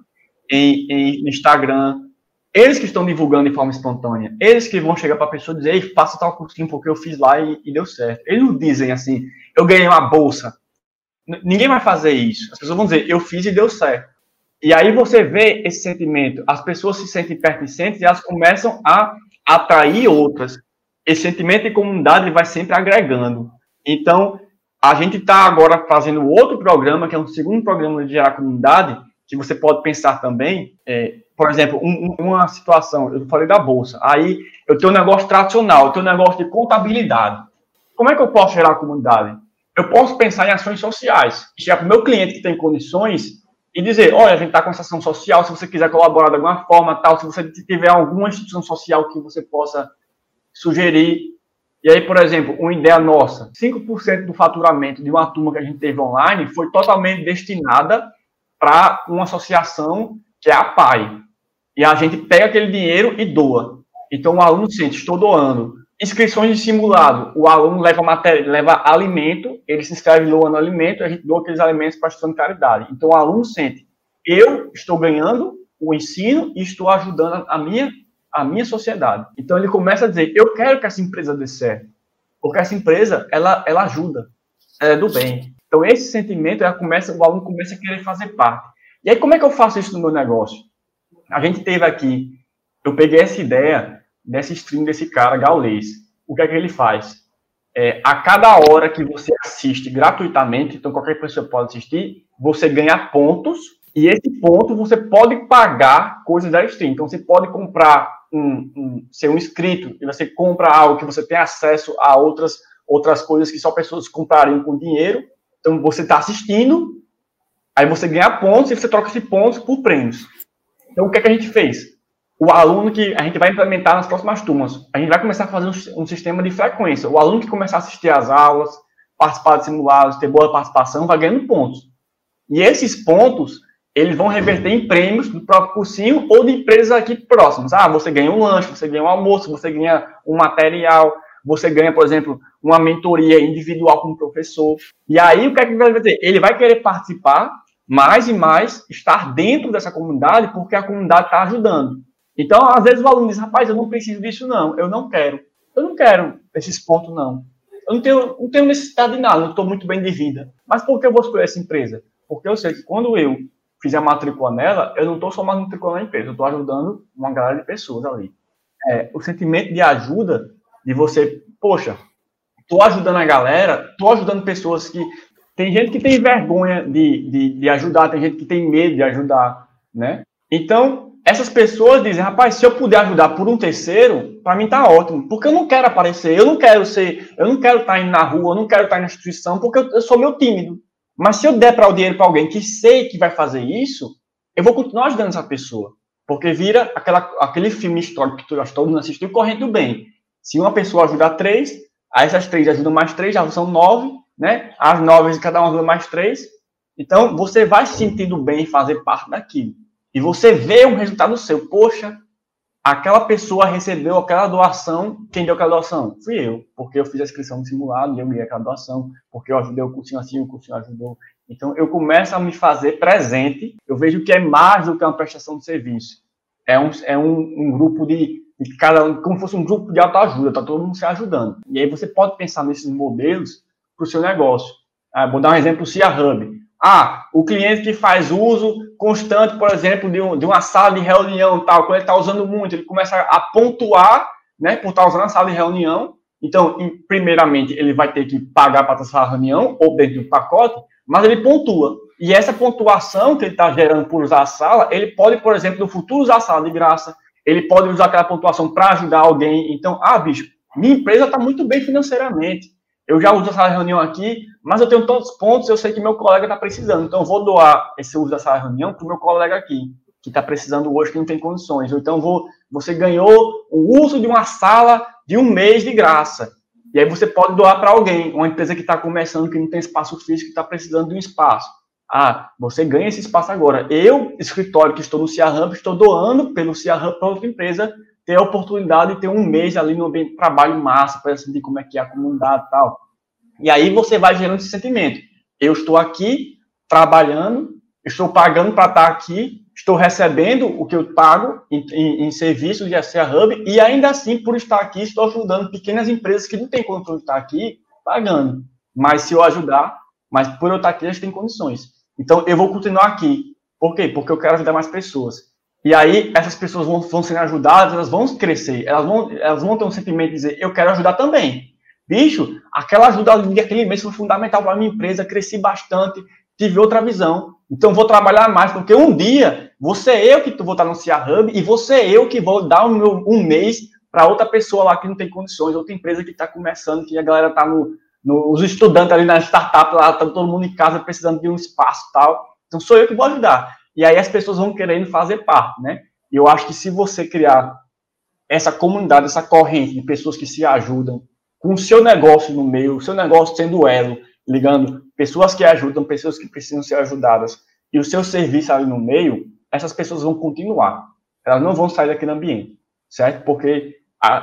em Instagram. Eles que estão divulgando de forma espontânea. Eles que vão chegar para a pessoa e dizer, ei, faça tal cursinho porque eu fiz lá e deu certo. Eles não dizem assim, eu ganhei uma bolsa. Ninguém vai fazer isso. As pessoas vão dizer, eu fiz e deu certo. E aí você vê esse sentimento. As pessoas se sentem pertencentes e elas começam a atrair outras. Esse sentimento de comunidade ele vai sempre agregando. Então, a gente está agora fazendo outro programa, que é um segundo programa de gerar comunidade, que você pode pensar também, por exemplo, uma situação, eu falei da bolsa, aí eu tenho um negócio tradicional, eu tenho um negócio de contabilidade. Como é que eu posso gerar comunidade? Eu posso pensar em ações sociais, chegar para o meu cliente que tem condições e dizer, olha, a gente está com essa ação social, se você quiser colaborar de alguma forma, tal, se você tiver alguma instituição social que você possa sugerir. E aí, por exemplo, uma ideia nossa, 5% do faturamento de uma turma que a gente teve online foi totalmente destinada para uma associação que é a PAI. E a gente pega aquele dinheiro e doa. Então, o aluno sente, estou doando. Inscrições de simulado, o aluno leva matéria, leva alimento, ele se inscreve doando alimento, a gente doa aqueles alimentos para a instituição de caridade. Então, o aluno sente, eu estou ganhando o ensino e estou ajudando a minha sociedade. Então, ele começa a dizer, eu quero que essa empresa dê certo, porque essa empresa, ela ajuda, ela é do bem. Então, esse sentimento, o aluno começa a querer fazer parte. E aí, como é que eu faço isso no meu negócio? A gente teve aqui, eu peguei essa ideia dessa stream desse cara, Gaules. O que é que ele faz? A cada hora que você assiste gratuitamente, então qualquer pessoa pode assistir, você ganha pontos, e esse ponto você pode pagar coisas da stream. Então, você pode comprar, ser um inscrito, e você compra algo que você tem acesso a outras coisas que só pessoas comprariam com dinheiro. Então, você está assistindo, aí você ganha pontos e você troca esses pontos por prêmios. Então, o que é que a gente fez? O aluno que a gente vai implementar nas próximas turmas, a gente vai começar a fazer um sistema de frequência. O aluno que começar a assistir às aulas, participar de simulados, ter boa participação, vai ganhando pontos. E esses pontos, eles vão reverter em prêmios do próprio cursinho ou de empresas aqui próximas. Você ganha um lanche, você ganha um almoço, você ganha um material, você ganha, por exemplo, uma mentoria individual com o professor. E aí, o que é que ele vai fazer? Ele vai querer participar mais e mais, estar dentro dessa comunidade, porque a comunidade está ajudando. Então, às vezes o aluno diz, rapaz, eu não preciso disso, não. Eu não quero esses pontos, não. Eu não tenho necessidade de nada, eu estou muito bem de vida. Mas por que eu vou escolher essa empresa? Porque eu sei que quando eu fizer a matrícula nela, eu não estou só matriculando a empresa, eu estou ajudando uma galera de pessoas ali. O sentimento de ajuda, de você, poxa, estou ajudando a galera, estou ajudando pessoas que... Tem gente que tem vergonha de ajudar, tem gente que tem medo de ajudar, né? Então, essas pessoas dizem, rapaz, se eu puder ajudar por um terceiro, para mim tá ótimo, porque eu não quero aparecer, eu não quero estar indo na rua, eu não quero estar na instituição, porque eu sou meio tímido. Mas se eu der para o dinheiro para alguém que sei que vai fazer isso, eu vou continuar ajudando essa pessoa, porque vira aquele filme histórico que todo mundo assistiu, Corrente do Bem. Se uma pessoa ajudar 3, aí essas 3 ajudam mais 3, já são 9, né? As 9, cada uma ajuda mais 3. Então, você vai se sentindo bem em fazer parte daquilo. E você vê um resultado seu. Poxa, aquela pessoa recebeu aquela doação. Quem deu aquela doação? Fui eu. Porque eu fiz a inscrição no simulado e eu ganhei aquela doação. Porque eu ajudei o cursinho assim, o cursinho ajudou. Então, eu começo a me fazer presente. Eu vejo que é mais do que uma prestação de serviço. É um grupo de cada um, como se fosse um grupo de autoajuda. Está todo mundo se ajudando. E aí você pode pensar nesses modelos para o seu negócio. Vou dar um exemplo, o Cia Hub. O cliente que faz uso constante, por exemplo, de uma sala de reunião, tal, quando ele está usando muito, ele começa a pontuar, né, por estar usando a sala de reunião. Então, primeiramente, ele vai ter que pagar para essa reunião, ou dentro do pacote, mas ele pontua. E essa pontuação que ele está gerando por usar a sala, ele pode, por exemplo, no futuro usar a sala de graça, ele pode usar aquela pontuação para ajudar alguém. Então, bicho, minha empresa está muito bem financeiramente. Eu já uso essa reunião aqui, mas eu tenho tantos pontos, eu sei que meu colega está precisando. Então, eu vou doar esse uso dessa reunião para o meu colega aqui, que está precisando hoje, que não tem condições. Ou então, você ganhou o uso de uma sala de um mês de graça. E aí você pode doar para alguém, uma empresa que está começando, que não tem espaço físico, que está precisando de um espaço. Você ganha esse espaço agora. Eu, escritório que estou no CIA Hub, estou doando pelo CIA Hub para outra empresa ter a oportunidade de ter um mês ali no ambiente de trabalho massa, para sentir como é que é a comunidade e tal. E aí você vai gerando esse sentimento. Eu estou aqui trabalhando, estou pagando para estar aqui, estou recebendo o que eu pago em serviços de CIA Hub, e ainda assim, por estar aqui, estou ajudando pequenas empresas que não têm condição de estar aqui pagando. Mas se eu ajudar, mas por eu estar aqui, eles têm condições. Então, eu vou continuar aqui. Por quê? Porque eu quero ajudar mais pessoas. E aí, essas pessoas vão sendo ajudadas, elas vão crescer, elas vão ter um sentimento de dizer, eu quero ajudar também. Bicho, aquela ajuda daquele mês foi fundamental para a minha empresa, cresci bastante, tive outra visão. Então, vou trabalhar mais, porque um dia, eu que vou estar no CIA Hub, e eu que vou dar um mês para outra pessoa lá que não tem condições, outra empresa que está começando, que a galera está os estudantes ali na startup, lá tá todo mundo em casa precisando de um espaço e tal. Então, sou eu que vou ajudar. E aí as pessoas vão querendo fazer parte, né? E eu acho que se você criar essa comunidade, essa corrente de pessoas que se ajudam, com o seu negócio no meio, o seu negócio sendo elo, ligando pessoas que ajudam, pessoas que precisam ser ajudadas, e o seu serviço ali no meio, essas pessoas vão continuar. Elas não vão sair daquele ambiente, certo? Porque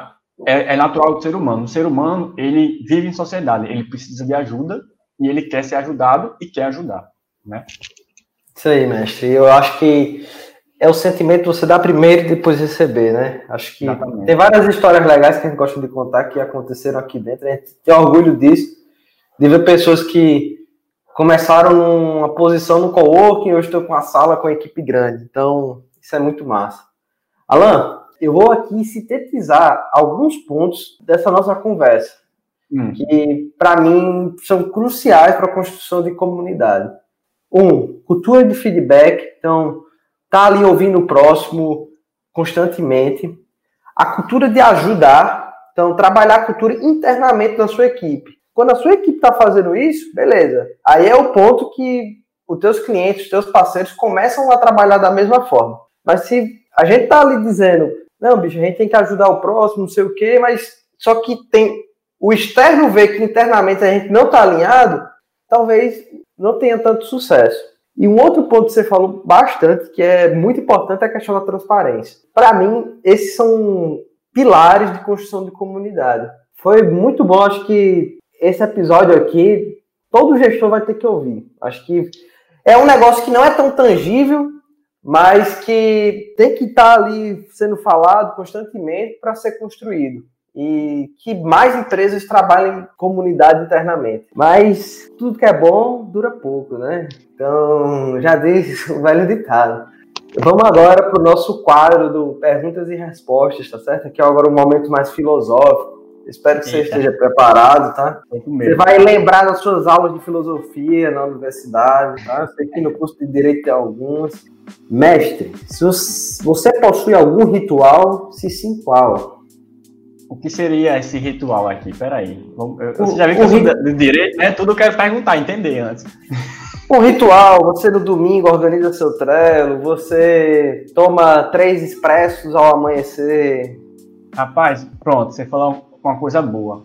é natural do ser humano. O ser humano, ele vive em sociedade, ele precisa de ajuda, e ele quer ser ajudado e quer ajudar, né? Isso aí, mestre. Eu acho que é o sentimento de você dar primeiro e depois receber, né? Acho que exatamente. Tem várias histórias legais que a gente gosta de contar que aconteceram aqui dentro. A gente tem orgulho disso, de ver pessoas que começaram numa posição no coworking e hoje estão com a sala com a equipe grande. Então, isso é muito massa. Alan, eu vou aqui sintetizar alguns pontos dessa nossa conversa, que, para mim, são cruciais para a construção de comunidade. Cultura de feedback. Então, tá ali ouvindo o próximo constantemente. A cultura de ajudar. Então, trabalhar a cultura internamente na sua equipe. Quando a sua equipe está fazendo isso, beleza. Aí é o ponto que os teus clientes, os teus parceiros começam a trabalhar da mesma forma. Mas se a gente tá ali dizendo, não, bicho, a gente tem que ajudar o próximo, não sei o quê, mas só que o externo vê que internamente a gente não está alinhado, talvez não tenha tanto sucesso. E um outro ponto que você falou bastante, que é muito importante, é a questão da transparência. Para mim, esses são pilares de construção de comunidade. Foi muito bom, acho que esse episódio aqui, todo gestor vai ter que ouvir. Acho que é um negócio que não é tão tangível, mas que tem que estar ali sendo falado constantemente para ser construído. E que mais empresas trabalhem em comunidade internamente. Mas tudo que é bom dura pouco, né? Então, já diz o velho ditado. Vamos agora para o nosso quadro do Perguntas e Respostas, tá certo? Aqui é agora um momento mais filosófico. Espero que você esteja preparado, tá? Você vai lembrar das suas aulas de filosofia na universidade, tá? Eu sei que no curso de Direito tem algumas. Mestre, se você possui algum ritual, se sim, qual? O que seria esse ritual aqui? Peraí. Você já viu que eu sou de direito, né? Tudo eu quero perguntar, entender antes. Um ritual, você no domingo organiza seu Trello, você toma 3 expressos ao amanhecer. Rapaz, pronto, você falou uma coisa boa.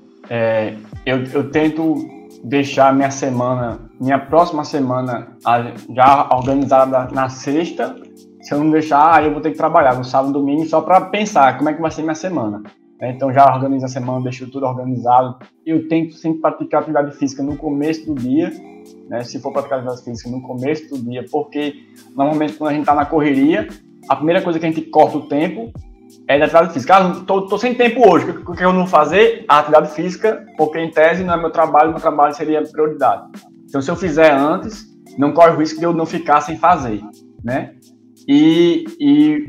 Eu tento deixar minha próxima semana já organizada na sexta. Se eu não deixar, aí eu vou ter que trabalhar no sábado e domingo só para pensar como é que vai ser minha semana. Então já organizo a semana, deixo tudo organizado. Eu tento sempre praticar atividade física no começo do dia, né? Se for praticar atividade física no começo do dia, porque normalmente quando a gente está na correria, a primeira coisa que a gente corta o tempo é da atividade física. Tô sem tempo hoje, o que eu não vou fazer? A atividade física, porque em tese não é meu trabalho seria prioridade. Então se eu fizer antes, não corre o risco de eu não ficar sem fazer, né? E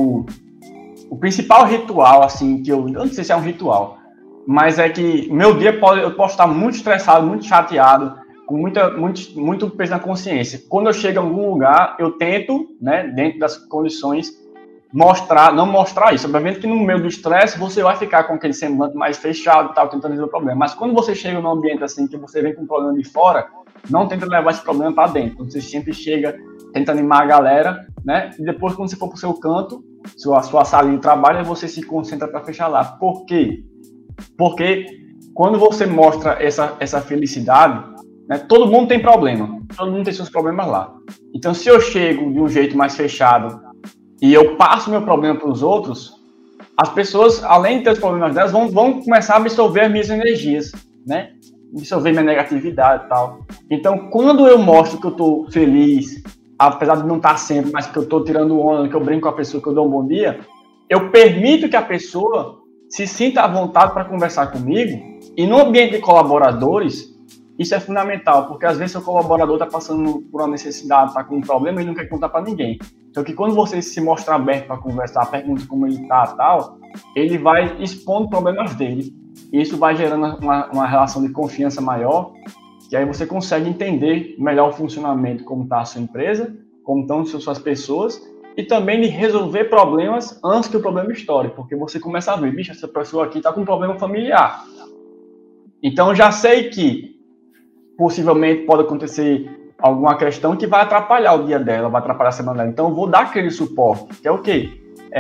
o principal ritual, assim, que eu não sei se é um ritual, mas é que meu dia eu posso estar muito estressado, muito chateado, com muito peso na consciência. Quando eu chego em algum lugar, eu tento, né, dentro das condições, não mostrar isso. Obviamente que no meio do estresse, você vai ficar com aquele semblante mais fechado e tal, tentando resolver o problema. Mas quando você chega num ambiente assim, que você vem com um problema de fora, não tenta levar esse problema para dentro. Você sempre chega, tenta animar a galera, né? E depois, quando você for para o seu canto, sua sala de trabalho, você se concentra para fechar lá. Por quê? Porque quando você mostra essa felicidade, né, todo mundo tem problema, todo mundo tem seus problemas lá. Então, se eu chego de um jeito mais fechado e eu passo meu problema para os outros, as pessoas, além de ter os problemas delas, vão começar a absorver as minhas energias, né? Absorver minha negatividade e tal. Então, quando eu mostro que eu estou feliz, apesar de não estar sempre, mas que eu estou tirando onda, que eu brinco com a pessoa, que eu dou um bom dia, eu permito que a pessoa se sinta à vontade para conversar comigo. E no ambiente de colaboradores, isso é fundamental, porque às vezes o colaborador está passando por uma necessidade, está com um problema e não quer contar para ninguém. Então, que quando você se mostrar aberto para conversar, pergunta como ele está e tal, ele vai expondo problemas dele. E isso vai gerando uma relação de confiança maior, que aí você consegue entender melhor o funcionamento, como está a sua empresa, como estão as suas pessoas, e também de resolver problemas antes que o problema estoure, porque você começa a ver, bicho, essa pessoa aqui está com um problema familiar. Então, já sei que possivelmente pode acontecer alguma questão que vai atrapalhar o dia dela, vai atrapalhar a semana dela. Então, eu vou dar aquele suporte, que é o quê?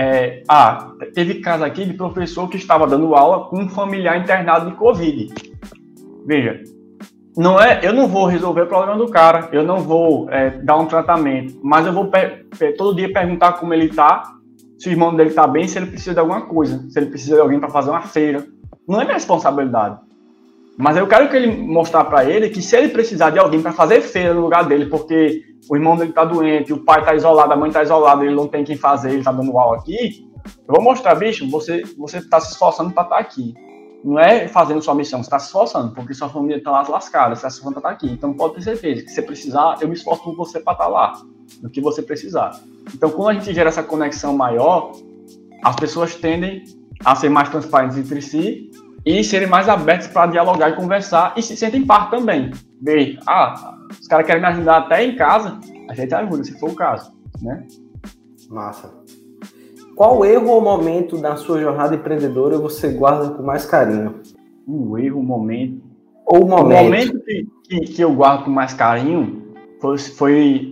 Teve caso aqui de professor que estava dando aula com um familiar internado de Covid. Veja, eu não vou resolver o problema do cara, eu não vou dar um tratamento, mas eu vou todo dia perguntar como ele está, se o irmão dele está bem, se ele precisa de alguma coisa, se ele precisa de alguém para fazer uma feira. Não é minha responsabilidade. Mas eu quero que ele mostrar para ele que se ele precisar de alguém para fazer feira no lugar dele, porque o irmão dele está doente, o pai está isolado, a mãe está isolada, ele não tem quem fazer, ele está dando aula aqui, eu vou mostrar, bicho, você está se esforçando para estar aqui. Não é fazendo sua missão, você está se esforçando, porque sua família está lá lascada, você está se esforçando para estar aqui. Então pode ter certeza que se você precisar, eu me esforço por você para estar lá, do que você precisar. Então quando a gente gera essa conexão maior, as pessoas tendem a ser mais transparentes entre si e serem mais abertos para dialogar e conversar e se sentem parte também. Ver, os caras querem me ajudar até em casa, a gente ajuda, se for o caso, né? Massa. Qual erro ou momento da sua jornada empreendedora você guarda com mais carinho? Um erro, um momento... Ou o momento que eu guardo com mais carinho foi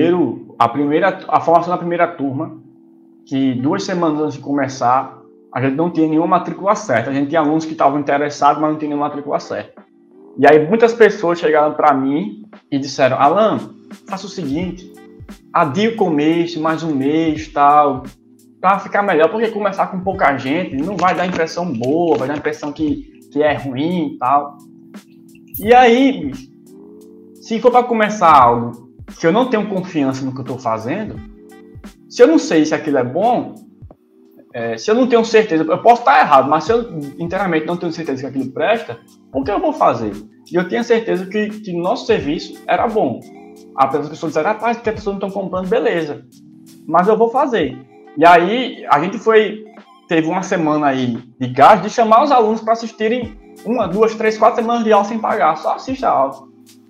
a formação da primeira turma, que 2 semanas antes de começar, a gente não tinha nenhuma matrícula certa. A gente tinha alunos que estavam interessados, mas não tinha nenhuma matrícula certa. E aí muitas pessoas chegaram para mim e disseram, Alan, faça o seguinte, adia o começo, mais um mês, tal, para ficar melhor, porque começar com pouca gente não vai dar impressão boa, vai dar impressão que é ruim e tal. E aí, se for para começar algo que eu não tenho confiança no que eu estou fazendo, se eu não sei se aquilo é bom, se eu não tenho certeza, eu posso estar errado, mas se eu inteiramente não tenho certeza que aquilo presta, o que eu vou fazer? E eu tinha certeza que nosso serviço era bom. Apesar das pessoas dizerem, rapaz, porque as pessoas não estão comprando, beleza. Mas eu vou fazer. E aí, a gente teve uma semana aí de gás de chamar os alunos para assistirem 1, 2, 3, 4 semanas de aula sem pagar, só assista a aula.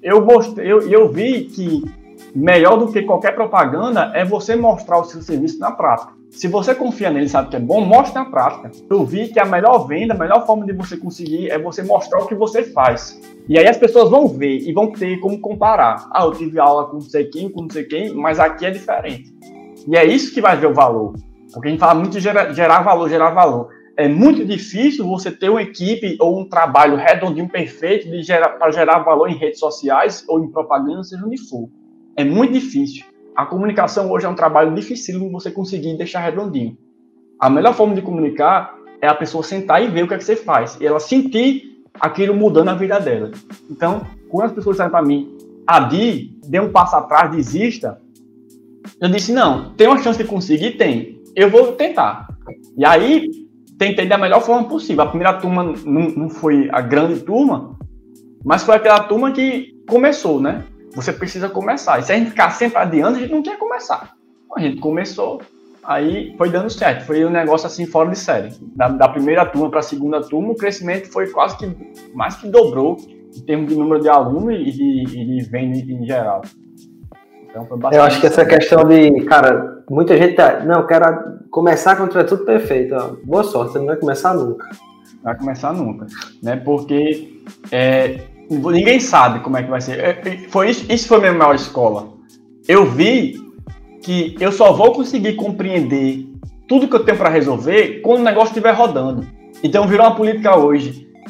Eu vi que melhor do que qualquer propaganda é você mostrar o seu serviço na prática. Se você confia nele e sabe que é bom, mostre na prática. Eu vi que a melhor venda, a melhor forma de você conseguir é você mostrar o que você faz. E aí as pessoas vão ver e vão ter como comparar. Eu tive aula com não sei quem, mas aqui é diferente. E é isso que vai ver o valor. Porque a gente fala muito de gerar valor. É muito difícil você ter uma equipe ou um trabalho redondinho, perfeito, para gerar valor em redes sociais ou em propaganda, seja onde for. É muito difícil. A comunicação hoje é um trabalho difícil de você conseguir deixar redondinho. A melhor forma de comunicar é a pessoa sentar e ver o que é que você faz. E ela sentir aquilo mudando a vida dela. Então, quando as pessoas disseram para mim, Adi, dê um passo atrás, desista, eu disse, não, tem uma chance de conseguir? Tem. Eu vou tentar. E aí, tentei da melhor forma possível. A primeira turma não foi a grande turma, mas foi aquela turma que começou, né? Você precisa começar. E se a gente ficar sempre adiante, a gente não quer começar. A gente começou, aí foi dando certo. Foi um negócio assim fora de série. Da primeira turma para a segunda turma, o crescimento foi quase que mais que dobrou em termos de número de alunos e de venda em geral. Então, foi bastante. Eu acho que essa questão de, cara, muita gente não, quero começar quando tiver tudo perfeito. Boa sorte, você não vai começar nunca. Vai começar nunca, né? Porque ninguém sabe como é que vai ser. Isso foi a minha maior escola. Eu vi que eu só vou conseguir compreender tudo que eu tenho para resolver quando o negócio estiver rodando. Então virou uma política hoje.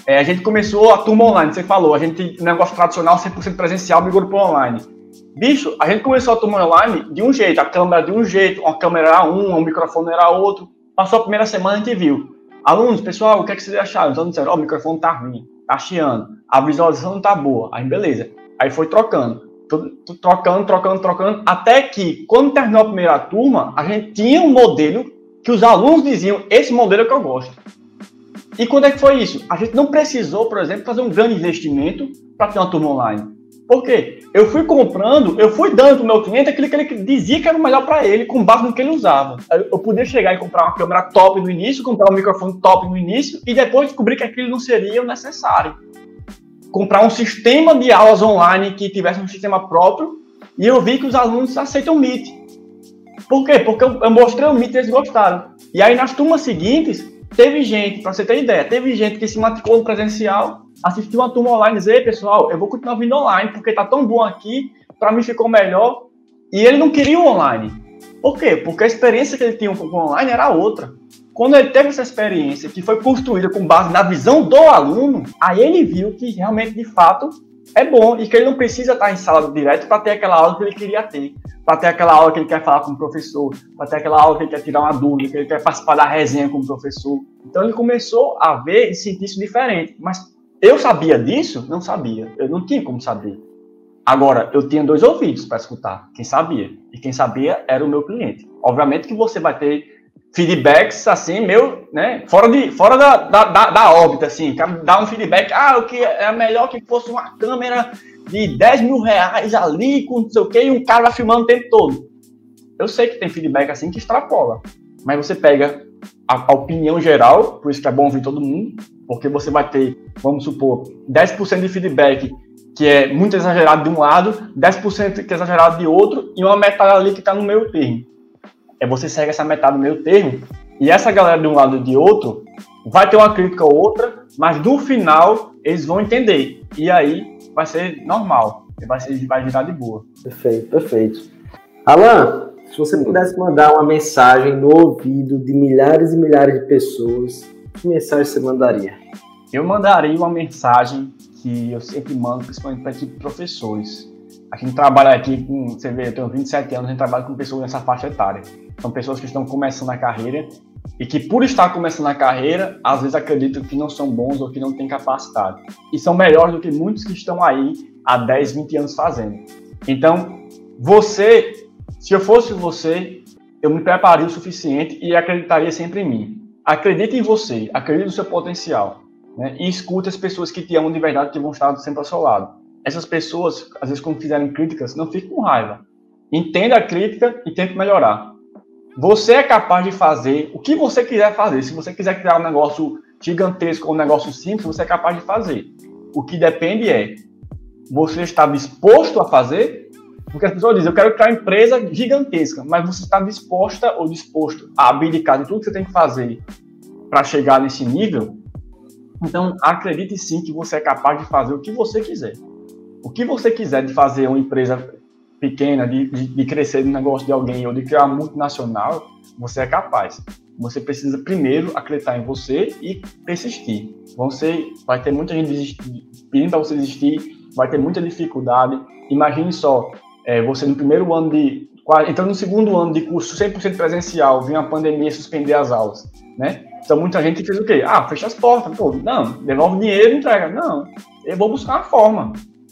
a gente começou a turma online, você falou, a gente, negócio tradicional, 100% presencial, migrou para online. Bicho, a gente começou a turma online de um jeito, a câmera de um jeito, uma câmera era um microfone era outro. Passou a primeira semana, a gente viu. Alunos, pessoal, o que é que vocês acharam? Então disseram, o microfone tá ruim, tá chiando, a visualização não tá boa. Aí beleza. Aí foi trocando, até que, quando terminou a primeira turma, a gente tinha um modelo que os alunos diziam, esse modelo é que eu gosto. E quando é que foi isso? A gente não precisou, por exemplo, fazer um grande investimento para ter uma turma online. Por quê? Eu fui comprando, eu fui dando para o meu cliente aquilo que ele dizia que era o melhor para ele, com base no que ele usava. Eu podia chegar e comprar uma câmera top no início, comprar um microfone top no início, e depois descobrir que aquilo não seria o necessário. Comprar um sistema de aulas online que tivesse um sistema próprio, e eu vi que os alunos aceitam o Meet. Por quê? Porque eu mostrei o Meet e eles gostaram. E aí, nas turmas seguintes, teve gente, para você ter ideia, teve gente que se matriculou no presencial, assistiu uma turma online e disse, ei, pessoal, eu vou continuar vindo online, porque tá tão bom aqui, para mim ficou melhor. E ele não queria o online. Por quê? Porque a experiência que ele tinha com o online era outra. Quando ele teve essa experiência, que foi construída com base na visão do aluno, aí ele viu que realmente, de fato, é bom e que ele não precisa estar em sala direto para ter aquela aula que ele queria ter, para ter aquela aula que ele quer falar com o professor, para ter aquela aula que ele quer tirar uma dúvida, que ele quer participar da resenha com o professor. Então ele começou a ver e sentir isso diferente. Mas eu sabia disso? Não sabia. Eu não tinha como saber. Agora, eu tinha 2 ouvidos para escutar. Quem sabia? E quem sabia era o meu cliente. Obviamente que você vai ter feedbacks, assim, né, fora da órbita, assim, dá um feedback, o que é melhor que fosse uma câmera de 10 mil reais ali, com não sei o que, e um cara vai filmando o tempo todo. Eu sei que tem feedback assim que extrapola, mas você pega a opinião geral, por isso que é bom ouvir todo mundo, porque você vai ter, vamos supor, 10% de feedback que é muito exagerado de um lado, 10% que é exagerado de outro, e uma metade ali que está no meio termo. Você segue essa metade do meio termo, e essa galera de um lado e de outro vai ter uma crítica ou outra, mas no final eles vão entender. E aí vai ser normal, vai virar de boa. Perfeito, perfeito. Alan, se você pudesse mandar uma mensagem no ouvido de milhares e milhares de pessoas, que mensagem você mandaria? Eu mandaria uma mensagem que eu sempre mando, principalmente para a equipe de professores. A gente trabalha aqui com, você vê, eu tenho 27 anos, a gente trabalha com pessoas nessa faixa etária. São pessoas que estão começando a carreira e que, por estar começando a carreira, às vezes acreditam que não são bons ou que não têm capacidade. E são melhores do que muitos que estão aí há 10, 20 anos fazendo. Então, se eu fosse você, eu me prepararia o suficiente e acreditaria sempre em mim. Acredite em você, acredite no seu potencial, né? E escute as pessoas que te amam de verdade, que vão estar sempre ao seu lado. Essas pessoas, às vezes, quando fizerem críticas, não fiquem com raiva. Entenda a crítica e tente melhorar. Você é capaz de fazer o que você quiser fazer. Se você quiser criar um negócio gigantesco ou um negócio simples, você é capaz de fazer. O que depende é, você está disposto a fazer? Porque as pessoas dizem, eu quero criar uma empresa gigantesca, mas você está disposta ou disposto a abdicar de tudo que você tem que fazer para chegar nesse nível? Então, acredite sim que você é capaz de fazer o que você quiser. O que você quiser de fazer uma empresa pequena, de crescer no negócio de alguém ou de criar uma multinacional, você é capaz. Você precisa primeiro acreditar em você e persistir. Vai ter muita gente pedindo para você desistir, vai ter muita dificuldade. Imagine só, você no primeiro ano entrando no segundo ano de curso 100% presencial, vem a pandemia suspender as aulas, né? Então muita gente fez o quê? Fecha as portas. Pô, não, devolve o dinheiro e entrega. Não, eu vou buscar uma forma.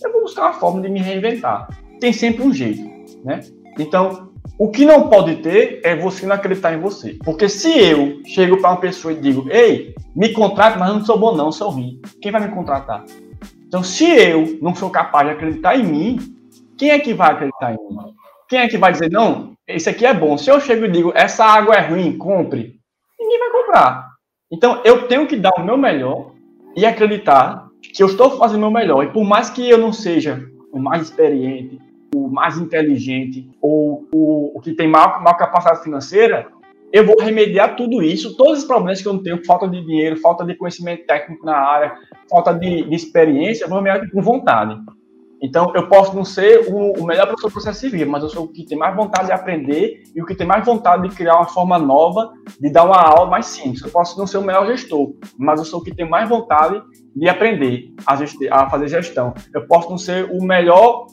De me reinventar. Tem sempre um jeito, né? Então, o que não pode ter é você não acreditar em você. Porque se eu chego para uma pessoa e digo, ei, me contrate, mas eu não sou bom não, sou ruim. Quem vai me contratar? Então, se eu não sou capaz de acreditar em mim, quem é que vai acreditar em mim? Quem é que vai dizer, não, esse aqui é bom. Se eu chego e digo, essa água é ruim, compre. Ninguém vai comprar. Então, eu tenho que dar o meu melhor e acreditar que eu estou fazendo o meu melhor. E por mais que eu não seja o mais experiente, o mais inteligente, ou o que tem maior capacidade financeira, eu vou remediar tudo isso, todos os problemas que eu não tenho, falta de dinheiro, falta de conhecimento técnico na área, falta de experiência, eu vou remediar com vontade. Então, eu posso não ser o melhor professor do processo civil, mas eu sou o que tem mais vontade de aprender e o que tem mais vontade de criar uma forma nova de dar uma aula mais simples. Eu posso não ser o melhor gestor, mas eu sou o que tem mais vontade de aprender a fazer gestão. Eu posso não ser o melhor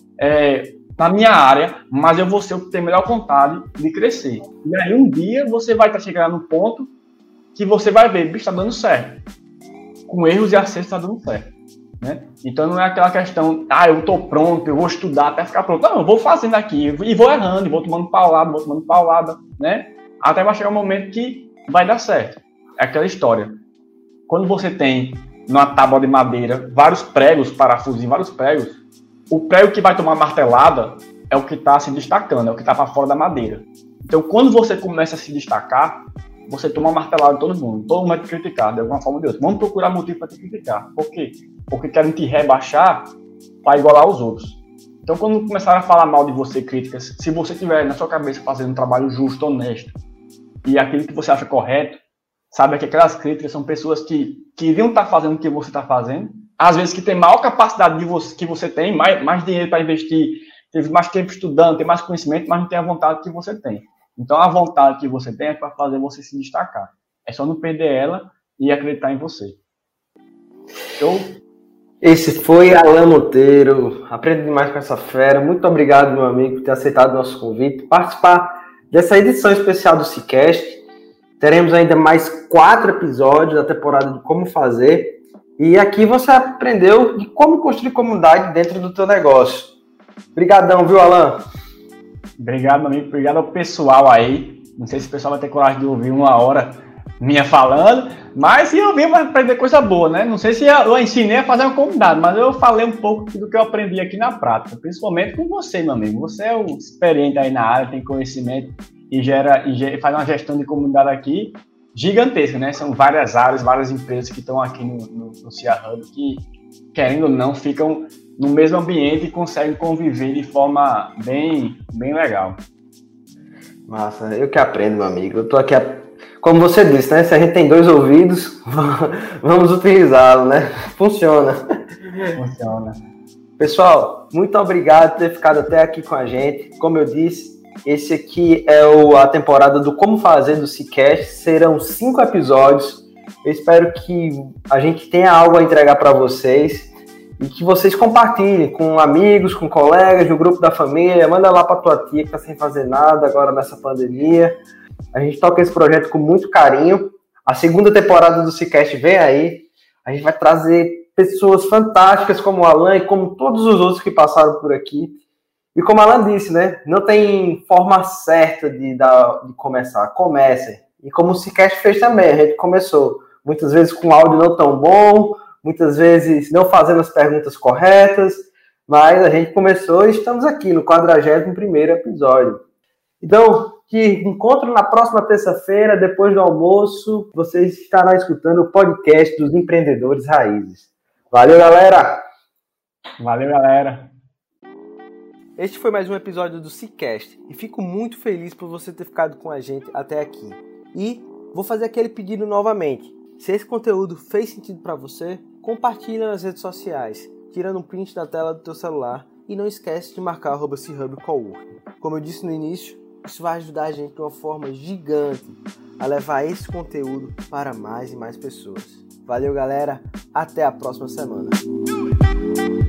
na minha área, mas eu vou ser o que tem melhor vontade de crescer. E aí, um dia, você vai estar chegando no ponto que você vai ver, bicho, está dando certo. Com erros e acertos está dando certo. Né? Então não é aquela questão, eu estou pronto, eu vou estudar até ficar pronto. Não, eu vou fazendo aqui e vou errando, e vou tomando paulada, né? Até vai chegar um momento que vai dar certo. É aquela história. Quando você tem numa tábua de madeira vários pregos, parafusos em vários pregos, o prego que vai tomar martelada é o que está se destacando, é o que está para fora da madeira. Então quando você começa a se destacar, você toma uma martelada de todo mundo vai te criticar de alguma forma ou de outra. Vamos procurar motivo para te criticar. Por quê? Porque querem te rebaixar para igualar os outros. Então, quando começarem a falar mal de você, críticas, se você tiver na sua cabeça fazendo um trabalho justo, honesto, e aquilo que você acha correto, sabe que aquelas críticas são pessoas que iriam estar fazendo o que você está fazendo, às vezes que tem maior capacidade que você tem, mais dinheiro para investir, teve mais tempo estudando, tem mais conhecimento, mas não tem a vontade que você tem. Então, a vontade que você tem é para fazer você se destacar. É só não perder ela e acreditar em você. Show? Esse foi Alan Monteiro. Aprendo demais com essa fera. Muito obrigado, meu amigo, por ter aceitado o nosso convite. Participar dessa edição especial do Cicast. Teremos ainda mais 4 episódios da temporada de Como Fazer. E aqui você aprendeu de como construir comunidade dentro do teu negócio. Obrigadão, viu, Alan? Obrigado, meu amigo. Obrigado ao pessoal aí. Não sei se o pessoal vai ter coragem de ouvir 1 hora minha falando, mas se ouvir vai aprender coisa boa, né? Não sei se eu ensinei a fazer uma comunidade, mas eu falei um pouco do que eu aprendi aqui na prática, principalmente com você, meu amigo. Você é um experiente aí na área, tem conhecimento e faz uma gestão de comunidade aqui gigantesca, né? São várias áreas, várias empresas que estão aqui no CIA Hub que, querendo ou não, ficam no mesmo ambiente e conseguem conviver de forma bem legal. Massa, eu que aprendo, meu amigo. Eu tô aqui, como você disse, né? Se a gente tem 2 ouvidos, vamos utilizá-lo, né? Funciona. Pessoal, muito obrigado por ter ficado até aqui com a gente. Como eu disse, esse aqui é a temporada do Como Fazer do Cicast. Serão 5 episódios. Eu espero que a gente tenha algo a entregar para vocês. E que vocês compartilhem com amigos, com colegas, no grupo da família. Manda lá para tua tia que tá sem fazer nada agora nessa pandemia. A gente toca esse projeto com muito carinho. A 2ª temporada do Cicast vem aí. A gente vai trazer pessoas fantásticas como o Alan e como todos os outros que passaram por aqui. E como o Alan disse, né? Não tem forma certa de começar. Comecem. E como o Cicast fez também, a gente começou muitas vezes com áudio não tão bom, muitas vezes não fazendo as perguntas corretas, mas a gente começou e estamos aqui no 41º episódio. Então, te encontro na próxima terça-feira, depois do almoço, vocês estarão escutando o podcast dos Empreendedores Raízes. Valeu, galera! Valeu, galera! Este foi mais um episódio do Cicast e fico muito feliz por você ter ficado com a gente até aqui. E vou fazer aquele pedido novamente. Se esse conteúdo fez sentido para você, compartilha nas redes sociais, tirando um print da tela do teu celular e não esquece de marcar @CHubCoworking. Como eu disse no início, isso vai ajudar a gente de uma forma gigante a levar esse conteúdo para mais e mais pessoas. Valeu, galera! Até a próxima semana!